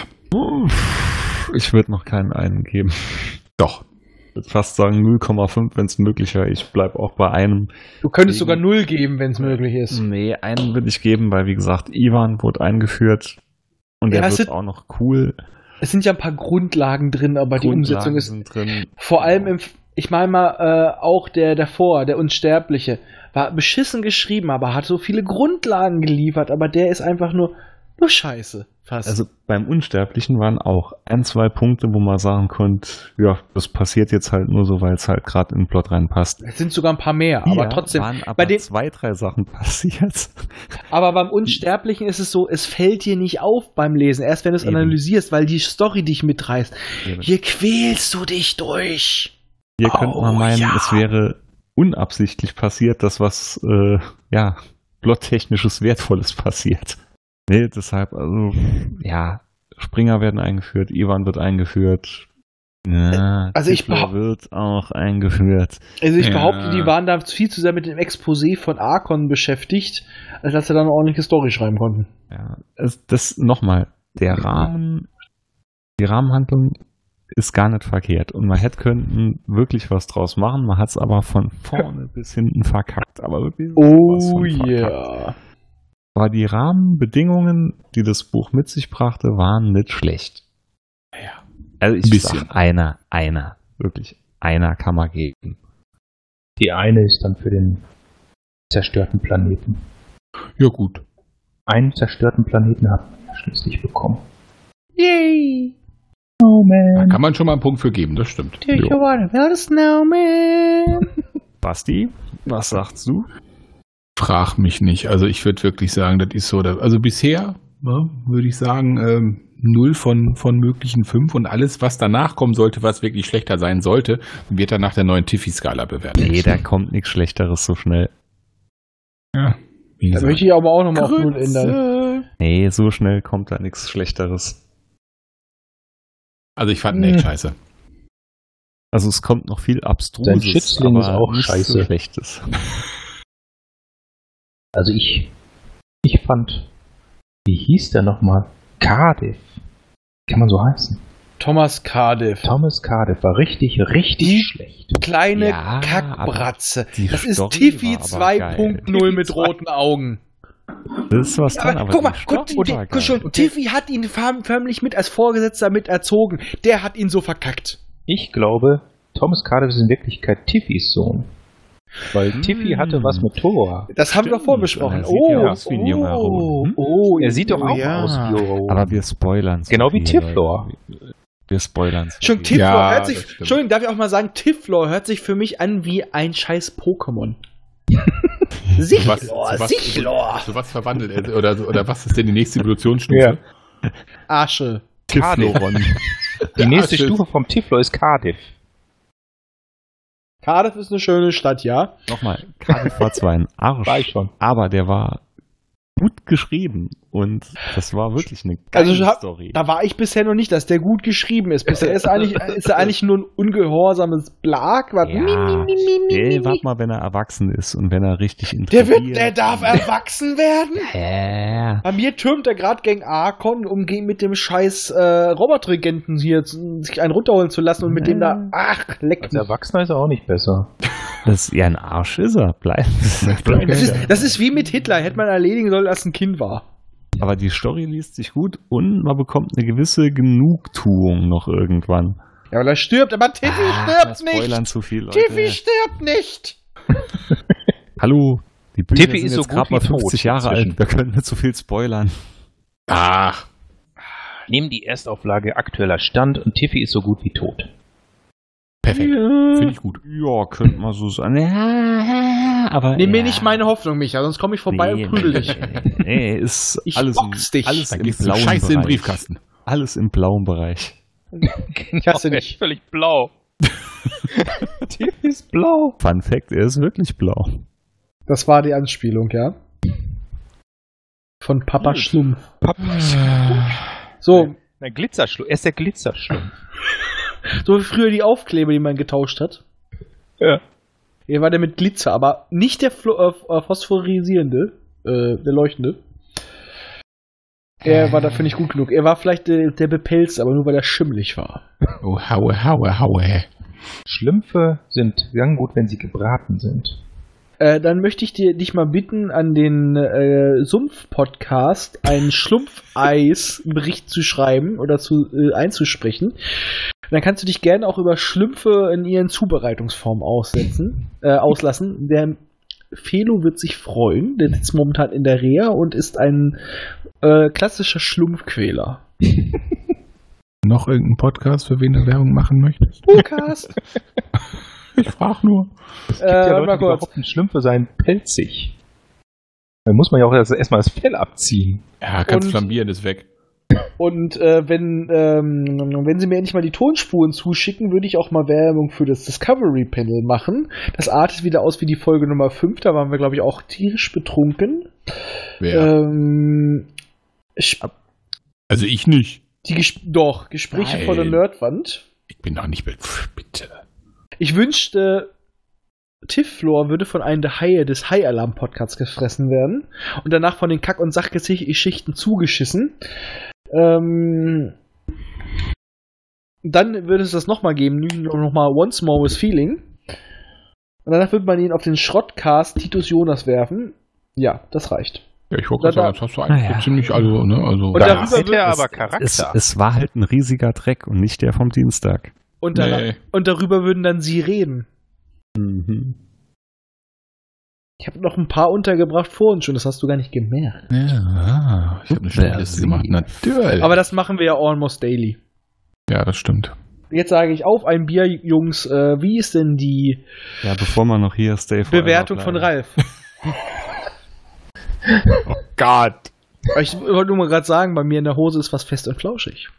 Ich würde noch keinen einen geben. Doch. Ich würde fast sagen null Komma fünf, wenn es möglich wäre. Ich bleibe auch bei einem. Du könntest Wegen- sogar null geben, wenn es möglich ist. Nee, einen würde ich geben, weil wie gesagt, Ivan wurde eingeführt und der Ja, es wird sind- auch noch cool. Es sind ja ein paar Grundlagen drin, aber die Umsetzung Grundlagen ist sind drin. vor allem im, ich meine mal, äh, auch der davor, der Unsterbliche, war beschissen geschrieben, aber hat so viele Grundlagen geliefert, aber der ist einfach nur, nur scheiße. Fast. Also beim Unsterblichen waren auch ein, zwei Punkte, wo man sagen konnte, ja, das passiert jetzt halt nur so, weil es halt gerade in den Plot reinpasst. es sind sogar ein paar mehr, aber Hier trotzdem. waren aber bei dem, zwei, drei Sachen passiert. aber beim Unsterblichen ist es so, es fällt dir nicht auf beim Lesen, erst wenn du es Eben. analysierst, weil die Story dich mitreißt. Eben. Hier quälst du dich durch. Hier könnte man Oh, meinen, ja. es wäre unabsichtlich passiert, dass was, äh, ja, plottechnisches Wertvolles passiert. Nee, deshalb, also, ja, Springer werden eingeführt, Ivan wird eingeführt, ja, Also ich Tippler behau- wird auch eingeführt. Also ich Ja. behaupte, die waren da viel zu sehr mit dem Exposé von Arkon beschäftigt, als dass sie dann eine ordentliche Story schreiben konnten. Ja, es, das nochmal, der Rahmen, die Rahmenhandlung ist gar nicht verkehrt und man hätte könnten wirklich was draus machen, man hat es aber von vorne bis hinten verkackt, aber wirklich sowas von verkackt. Aber die Rahmenbedingungen, die das Buch mit sich brachte, waren nicht schlecht. Ja. Also ich Ein bisschen. sag einer, einer, wirklich, einer kann man geben. Die eine ist dann für den zerstörten Planeten. Ja, gut. Einen zerstörten Planeten hat man ja schließlich bekommen. Yay! Oh Da man. kann man schon mal einen Punkt für geben, das stimmt. Do you wanna build a snowman? Basti, was sagst du? Frag mich nicht. Also ich würde wirklich sagen, das ist so. Also bisher ne, würde ich sagen, ähm, null von, von möglichen fünf und alles, was danach kommen sollte, was wirklich schlechter sein sollte, wird dann nach der neuen Tiffy-Skala bewertet. Nee, da kommt nichts Schlechteres so schnell. Ja, wie Da gesagt. möchte ich aber auch nochmal auf null ändern. Nee, so schnell kommt da nichts Schlechteres. Also ich fand ihn echt scheiße. Also es kommt noch viel Abstruses, Sein Schützling aber ist auch nichts scheiße. so Schlechtes. Also ich, ich fand, wie hieß der nochmal? Cardiff. Kann man so heißen? Thomas Cardiff. Thomas Cardiff war richtig, richtig Die- schlecht. Kleine Ja, Kackbratze. die Das ist Story Tiffy war aber zwei geil. Punkt null mit roten Augen. Das ist was dran, Aber, aber guck mal, die guck, Story die, war guck schon, geil. Tiffy hat ihn förm- förmlich mit als Vorgesetzter mit erzogen. Der hat ihn so verkackt. Ich glaube, Thomas Cardiff ist in Wirklichkeit Tiffys Sohn. Weil Hm. Tiffy hatte was mit Thora. Das haben wir doch Stimmt, vorbesprochen. er sieht Oh, ja aus wie ein junger oh, Ron. oh, Er sieht doch auch ja. aus wie Ron. Aber wir spoilern so Genau wie viel, Tiflor. Leute. Wir spoilern so Entschuldigung, viel. Tiflor Ja, hört das sich, stimmt. Entschuldigung, darf ich auch mal sagen, Tiflor hört sich für mich an wie ein scheiß Pokémon. Sichlor, Zu was- Sichlor. Zu was verwandelt er? Oder, oder was ist denn die nächste Evolutionsstufe? Ja. Arsche. Tifloron. Die nächste Arsch ist- Stufe vom Tiflor ist Cardiff. Cardiff ist eine schöne Stadt, ja. Nochmal, Cardiff war zwar ein Arsch, War ich schon. aber der war gut geschrieben und das war wirklich eine geile Also, hab- Story. Da war ich bisher noch nicht, dass der gut geschrieben ist. Bisher ist, eigentlich, ist er eigentlich nur ein ungehorsames Blag. Was Ja, mi, mi, mi, mi, mi, nee, mi. wart mal, wenn er erwachsen ist und wenn er richtig Der, intrigiert. wird, der darf erwachsen werden? Ja. Bei mir türmt er gerade gegen Arkon, um gegen mit dem scheiß äh, Robotregenten hier zu- sich einen runterholen zu lassen und mit dem da. Ach, leck Als mich. Erwachsener ist er auch nicht besser. Das, ja, ein Arsch ist er. Bleibt. Das ist, das ist wie mit Hitler. Hätte man erledigen sollen, als ein Kind war. Aber die Story liest sich gut und man bekommt eine gewisse Genugtuung noch irgendwann. Ja, weil er stirbt, aber Tiffy Ah, wir stirbt spoilern nicht. zu viel, Leute. Tiffy stirbt nicht. Hallo, die Bücher Tiffy sind ist so jetzt gerade gut mal wie tot fünfzig Jahre inzwischen. alt. Wir können nicht so viel spoilern. Ach, Nimm die Erstauflage aktueller Stand und Tiffy ist so gut wie tot. perfekt. Ja, Finde ich gut. ja könnte man so sagen. Ja, Ja, aber. Nimm mir ja. nicht meine Hoffnung, Micha, sonst komme ich vorbei Nee, und prügel dich. Nee, nee, ist Ich alles, box dich. alles Dann im gehst du blauen Scheiße Bereich. in den Briefkasten. Alles im blauen Bereich. Ich hasse Oh, er dich. ist völlig blau. Tiff ist blau. Fun Fact, er ist wirklich blau. Das war die Anspielung, ja? Von Papa Schlumpf. So, Ein Glitzerschlumpf. Er ist der Glitzerschlumpf. so wie früher die Aufkleber, die man getauscht hat. Ja. Hier war der mit Glitzer, aber nicht der Flo äh, phosphorisierende, äh, der leuchtende. Er war dafür nicht gut genug. Er war vielleicht der, der Bepelzte, aber nur weil er schimmelig war. Oh, haue, haue, haue. Schlümpfe sind ganz gut, wenn sie gebraten sind. Äh, dann möchte ich dir, dich mal bitten, an den äh, Sumpf-Podcast einen Schlumpfeis-Bericht zu schreiben oder zu, äh, einzusprechen. Und dann kannst du dich gerne auch über Schlümpfe in ihren Zubereitungsformen aussetzen, äh, auslassen. Der Felo wird sich freuen. Der sitzt momentan in der Reha und ist ein äh, klassischer Schlumpfquäler. Noch irgendein Podcast, für wen du Werbung machen möchtest? Podcast! Ich frag nur. Es gibt Äh, ja mal Leute, die kurz. behaupten, Schlümpfe seien pelzig. Dann muss man ja auch erst- erstmal das Fell abziehen. Ja, kannst Und- flambieren, ist weg. Und äh, wenn, ähm, wenn sie mir endlich mal die Tonspuren zuschicken, würde ich auch mal Werbung für das Discovery Panel machen. Das artet wieder aus wie die Folge Nummer fünf, da waren wir, glaube ich, auch tierisch betrunken. Wer? Ähm, Sp- Also ich nicht. die Ges- doch, Gespräche Nein. vor der Nerdwand. Ich bin doch nicht be- Pff, bitte. Ich wünschte, Tifflor würde von einem der Haie des Hai-Alarm-Podcasts gefressen werden und danach von den Kack- und Sachgeschichten zugeschissen. Ähm, dann würde es das nochmal geben, nochmal Once More with Feeling. Und danach würde man ihn auf den Schrottcast Titus Jonas werfen. Ja, das reicht. Ja, ich wollte Da- gerade sagen, da- das hast du eigentlich Naja. so ziemlich, also, ne, also. Und Da darüber hätte wird- er aber Es, Charakter. es war halt ein riesiger Dreck und nicht der vom Dienstag. Und, danach, Nee. und darüber würden dann sie reden. Mhm. Ich habe noch ein paar untergebracht vor uns schon, das hast du gar nicht gemerkt. Ja, ich habe eine Strichliste gemacht, natürlich. Aber das machen wir ja almost daily. ja, das stimmt. Jetzt sage ich auf ein Bier, Jungs. Äh, wie ist denn die Ja, bevor man noch hier Stay Forever Bewertung von bleibt. Ralf? Oh Gott. Ich wollte nur mal gerade sagen, bei mir in der Hose ist was fest und flauschig.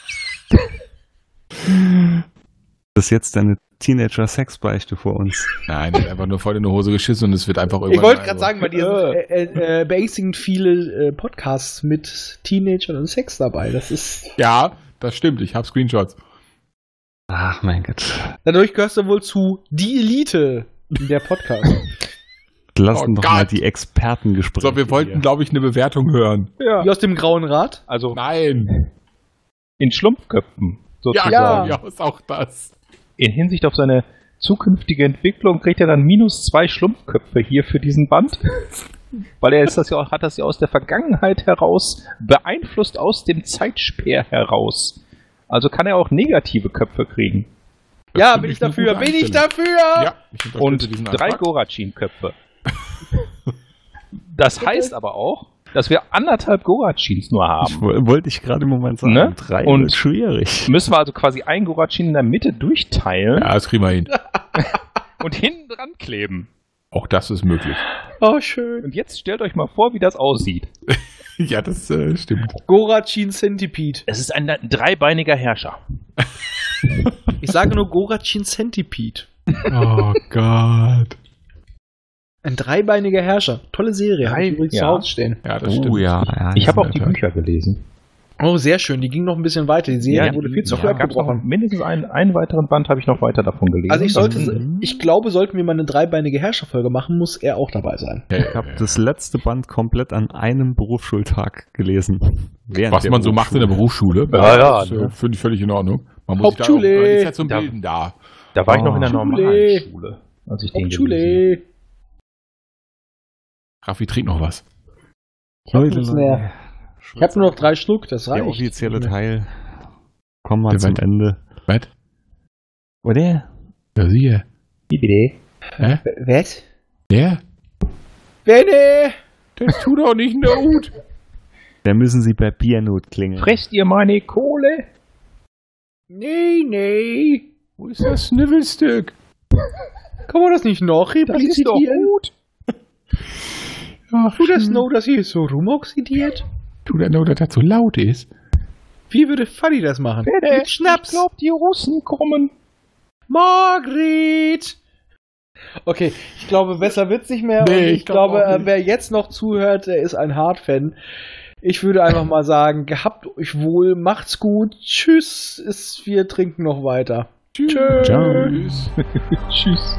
Das ist jetzt deine Teenager-Sexbeichte vor uns. Nein, der hat einfach nur voll in die Hose geschissen und es wird einfach Ich irgendwann. wollte gerade also- sagen, bei dir sind äh, äh, äh, beängstigend viele äh, Podcasts mit Teenagern und Sex dabei. Das ist. Ja, das stimmt. Ich habe Screenshots. Ach mein Gott. Dadurch gehörst du wohl zu die Elite der Podcast. Lassen Oh doch mal Gott. die Expertengespräche. So, wir wollten, hier. glaube ich, eine Bewertung hören. Ja. Wie aus dem Grauen Rad. Also Nein. in Schlumpfköpfen sozusagen. Ja. ja, ist auch das. In Hinsicht auf seine zukünftige Entwicklung kriegt er dann minus zwei Schlumpfköpfe hier für diesen Band. Weil er ist das ja auch, hat das ja aus der Vergangenheit heraus beeinflusst, aus dem Zeitspeer heraus. Also kann er auch negative Köpfe kriegen. Das Ja, finde bin ich eine dafür. gute Bin ich Einstellung. dafür. Ja, ich unterstütze Und diesen drei Antrag. Gorachin-Köpfe. Das heißt aber auch, dass wir anderthalb Gorachins nur Ich haben. woll- wollte ich gerade im Moment sagen. Ne? Drei Und- wird schwierig. Müssen wir also quasi ein Gorachin in der Mitte durchteilen Ja, das kriegen wir hin. und hinten dran kleben. Auch das ist möglich. Oh, schön. Und jetzt stellt euch mal vor, wie das aussieht. Ja, das äh, stimmt. Gorachin Centipede. Es ist ein dreibeiniger Herrscher. Ich sage nur Gorachin Centipede. Oh Gott. Ein dreibeiniger Herrscher. Tolle Serie. Hab ich Drei- übrigens ja. zu Hause stehen. Ja, das Oh stimmt. ja, ja. Ich habe auch die Tat. Bücher gelesen. Oh, sehr schön. Die ging noch ein bisschen weiter. Die Serie wurde viel zu früh ja, gab's noch abgebrochen. mindestens einen, einen weiteren Band habe ich noch weiter davon gelesen. Also ich sollte, Mhm. ich glaube, sollten wir mal eine dreibeinige Herrscherfolge machen, muss er auch dabei sein. Ich habe das letzte Band komplett an einem Berufsschultag gelesen. Während Was der man so macht in der Berufsschule. Ja, ja, Das, äh, ne? Finde ich völlig in Ordnung. Man muss sich da auch, Hauptschule. man ist ja zum Da- Bilden da. Da war ich noch in der Schule. normalen Schule, als ich den gelesen Schule. Raffi trinkt noch was. Ich habe nichts mehr. Ich habe nur noch drei Schluck, das Der reicht. offizielle Teil. Kommen wir Der zum wird- Ende. Was? Oder? Ja, siehe. habe. Hä? Was? Der? Bene! Das tut auch nicht Not. Da müssen Sie bei Biernot klingeln. Fresst ihr meine Kohle? Nee, nee. Wo ist das Sniffelstück? Kann man das nicht noch replizieren? gut. Ach, Tut das Snow, dass hier so rumoxidiert? tut er nur, dass das so laut ist? Wie würde Fanny das machen? Bitte, Mit Schnaps. Ich glaub, die Russen kommen. Margret! Okay, ich glaube, besser wird's nicht mehr. Nee, und ich, ich glaub glaube, auch äh, nicht. wer jetzt noch zuhört, der ist ein Hard-Fan. Ich würde einfach mal sagen, gehabt euch wohl, macht's gut, tschüss, ist, wir trinken noch weiter. Tschüss. Tschüss. Tschüss.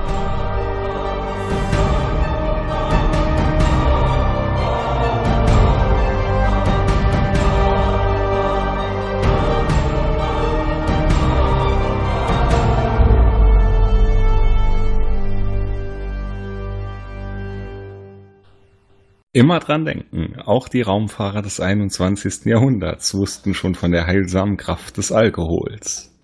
Immer dran denken, auch die Raumfahrer des einundzwanzigsten Jahrhunderts wussten schon von der heilsamen Kraft des Alkohols.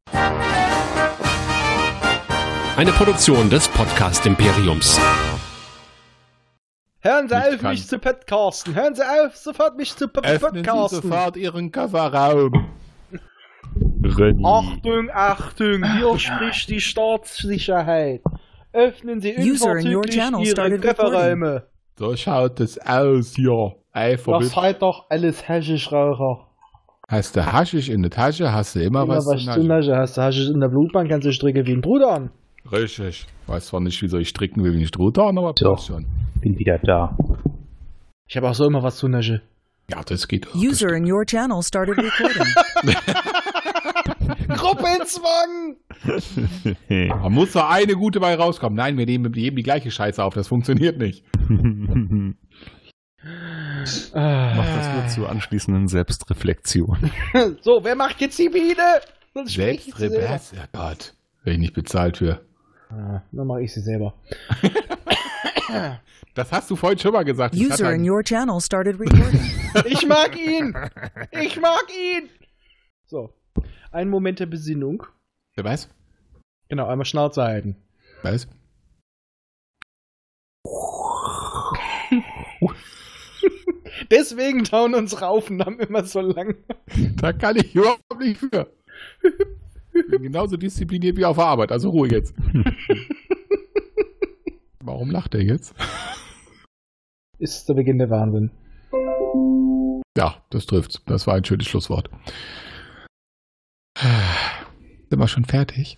Eine Produktion des Podcast-Imperiums. Hören Sie Ich auf, kann- mich zu podcasten. Hören Sie auf, sofort mich zu po- Öffnen Sie podcasten. sofort Ihren Kofferraum. René. Achtung, Achtung, hier spricht die Staatssicherheit. Öffnen Sie User in your unverzüglich channel Ihre started Kofferräume. So schaut es aus, ja. Eifer Das seid doch alles Haschischraucher. Hast du Haschisch in der Tasche, hast du immer, Immer was, was zu zu naschen. naschen hast. Du hast es in der Blutbahn, kannst du stricken wie ein Truthahn. Richtig. Weiß zwar nicht, wieso ich stricken will, wie ein Struthahn, aber So. passt schon. Bin wieder da. Ich habe auch so immer was zu naschen. Ja, das geht auch. User in your channel started recording. Gruppenzwang! Da muss doch eine gute bei rauskommen. Nein, wir nehmen mit jedem die gleiche Scheiße auf. Das funktioniert nicht. Macht das nur zur anschließenden Selbstreflexion. So, wer macht jetzt die Biene? Sonst sprich ich sie selber. Selbstrevers? Ja Gott. Wäre ich nicht bezahlt für. Ah, dann mache ich sie selber. Das hast du vorhin schon mal gesagt. Ich User hatte in ein- your channel started recording. Ich mag ihn! Ich mag ihn! So, ein Moment der Besinnung. Wer weiß? Genau, einmal Schnauze halten. Weiß? Deswegen tauen uns Raufen immer so lang. Da kann ich überhaupt nicht für. Ich bin genauso diszipliniert wie auf der Arbeit. Also Ruhe jetzt. Warum lacht er jetzt? Ist der Beginn der Wahnsinn. Ja, das trifft's. Das war ein schönes Schlusswort. Sind wir schon fertig?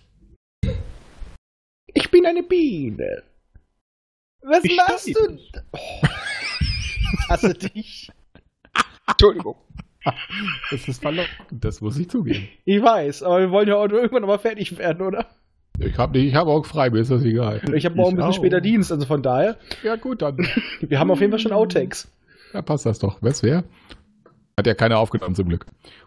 Ich bin eine Biene. Was Ich machst steig. du? Oh. Ich hasse dich. Entschuldigung. Das ist verlockend, das muss ich zugeben. Ich weiß, aber wir wollen ja auch irgendwann noch mal fertig werden, oder? Ich habe ich hab auch frei, mir ist das egal. Ich habe morgen ein bisschen auch. später Dienst, also von daher. Ja gut, dann Wir haben auf jeden Fall schon Outtakes. ja, passt das doch. Was wer? Hat ja keiner aufgenommen zum Glück.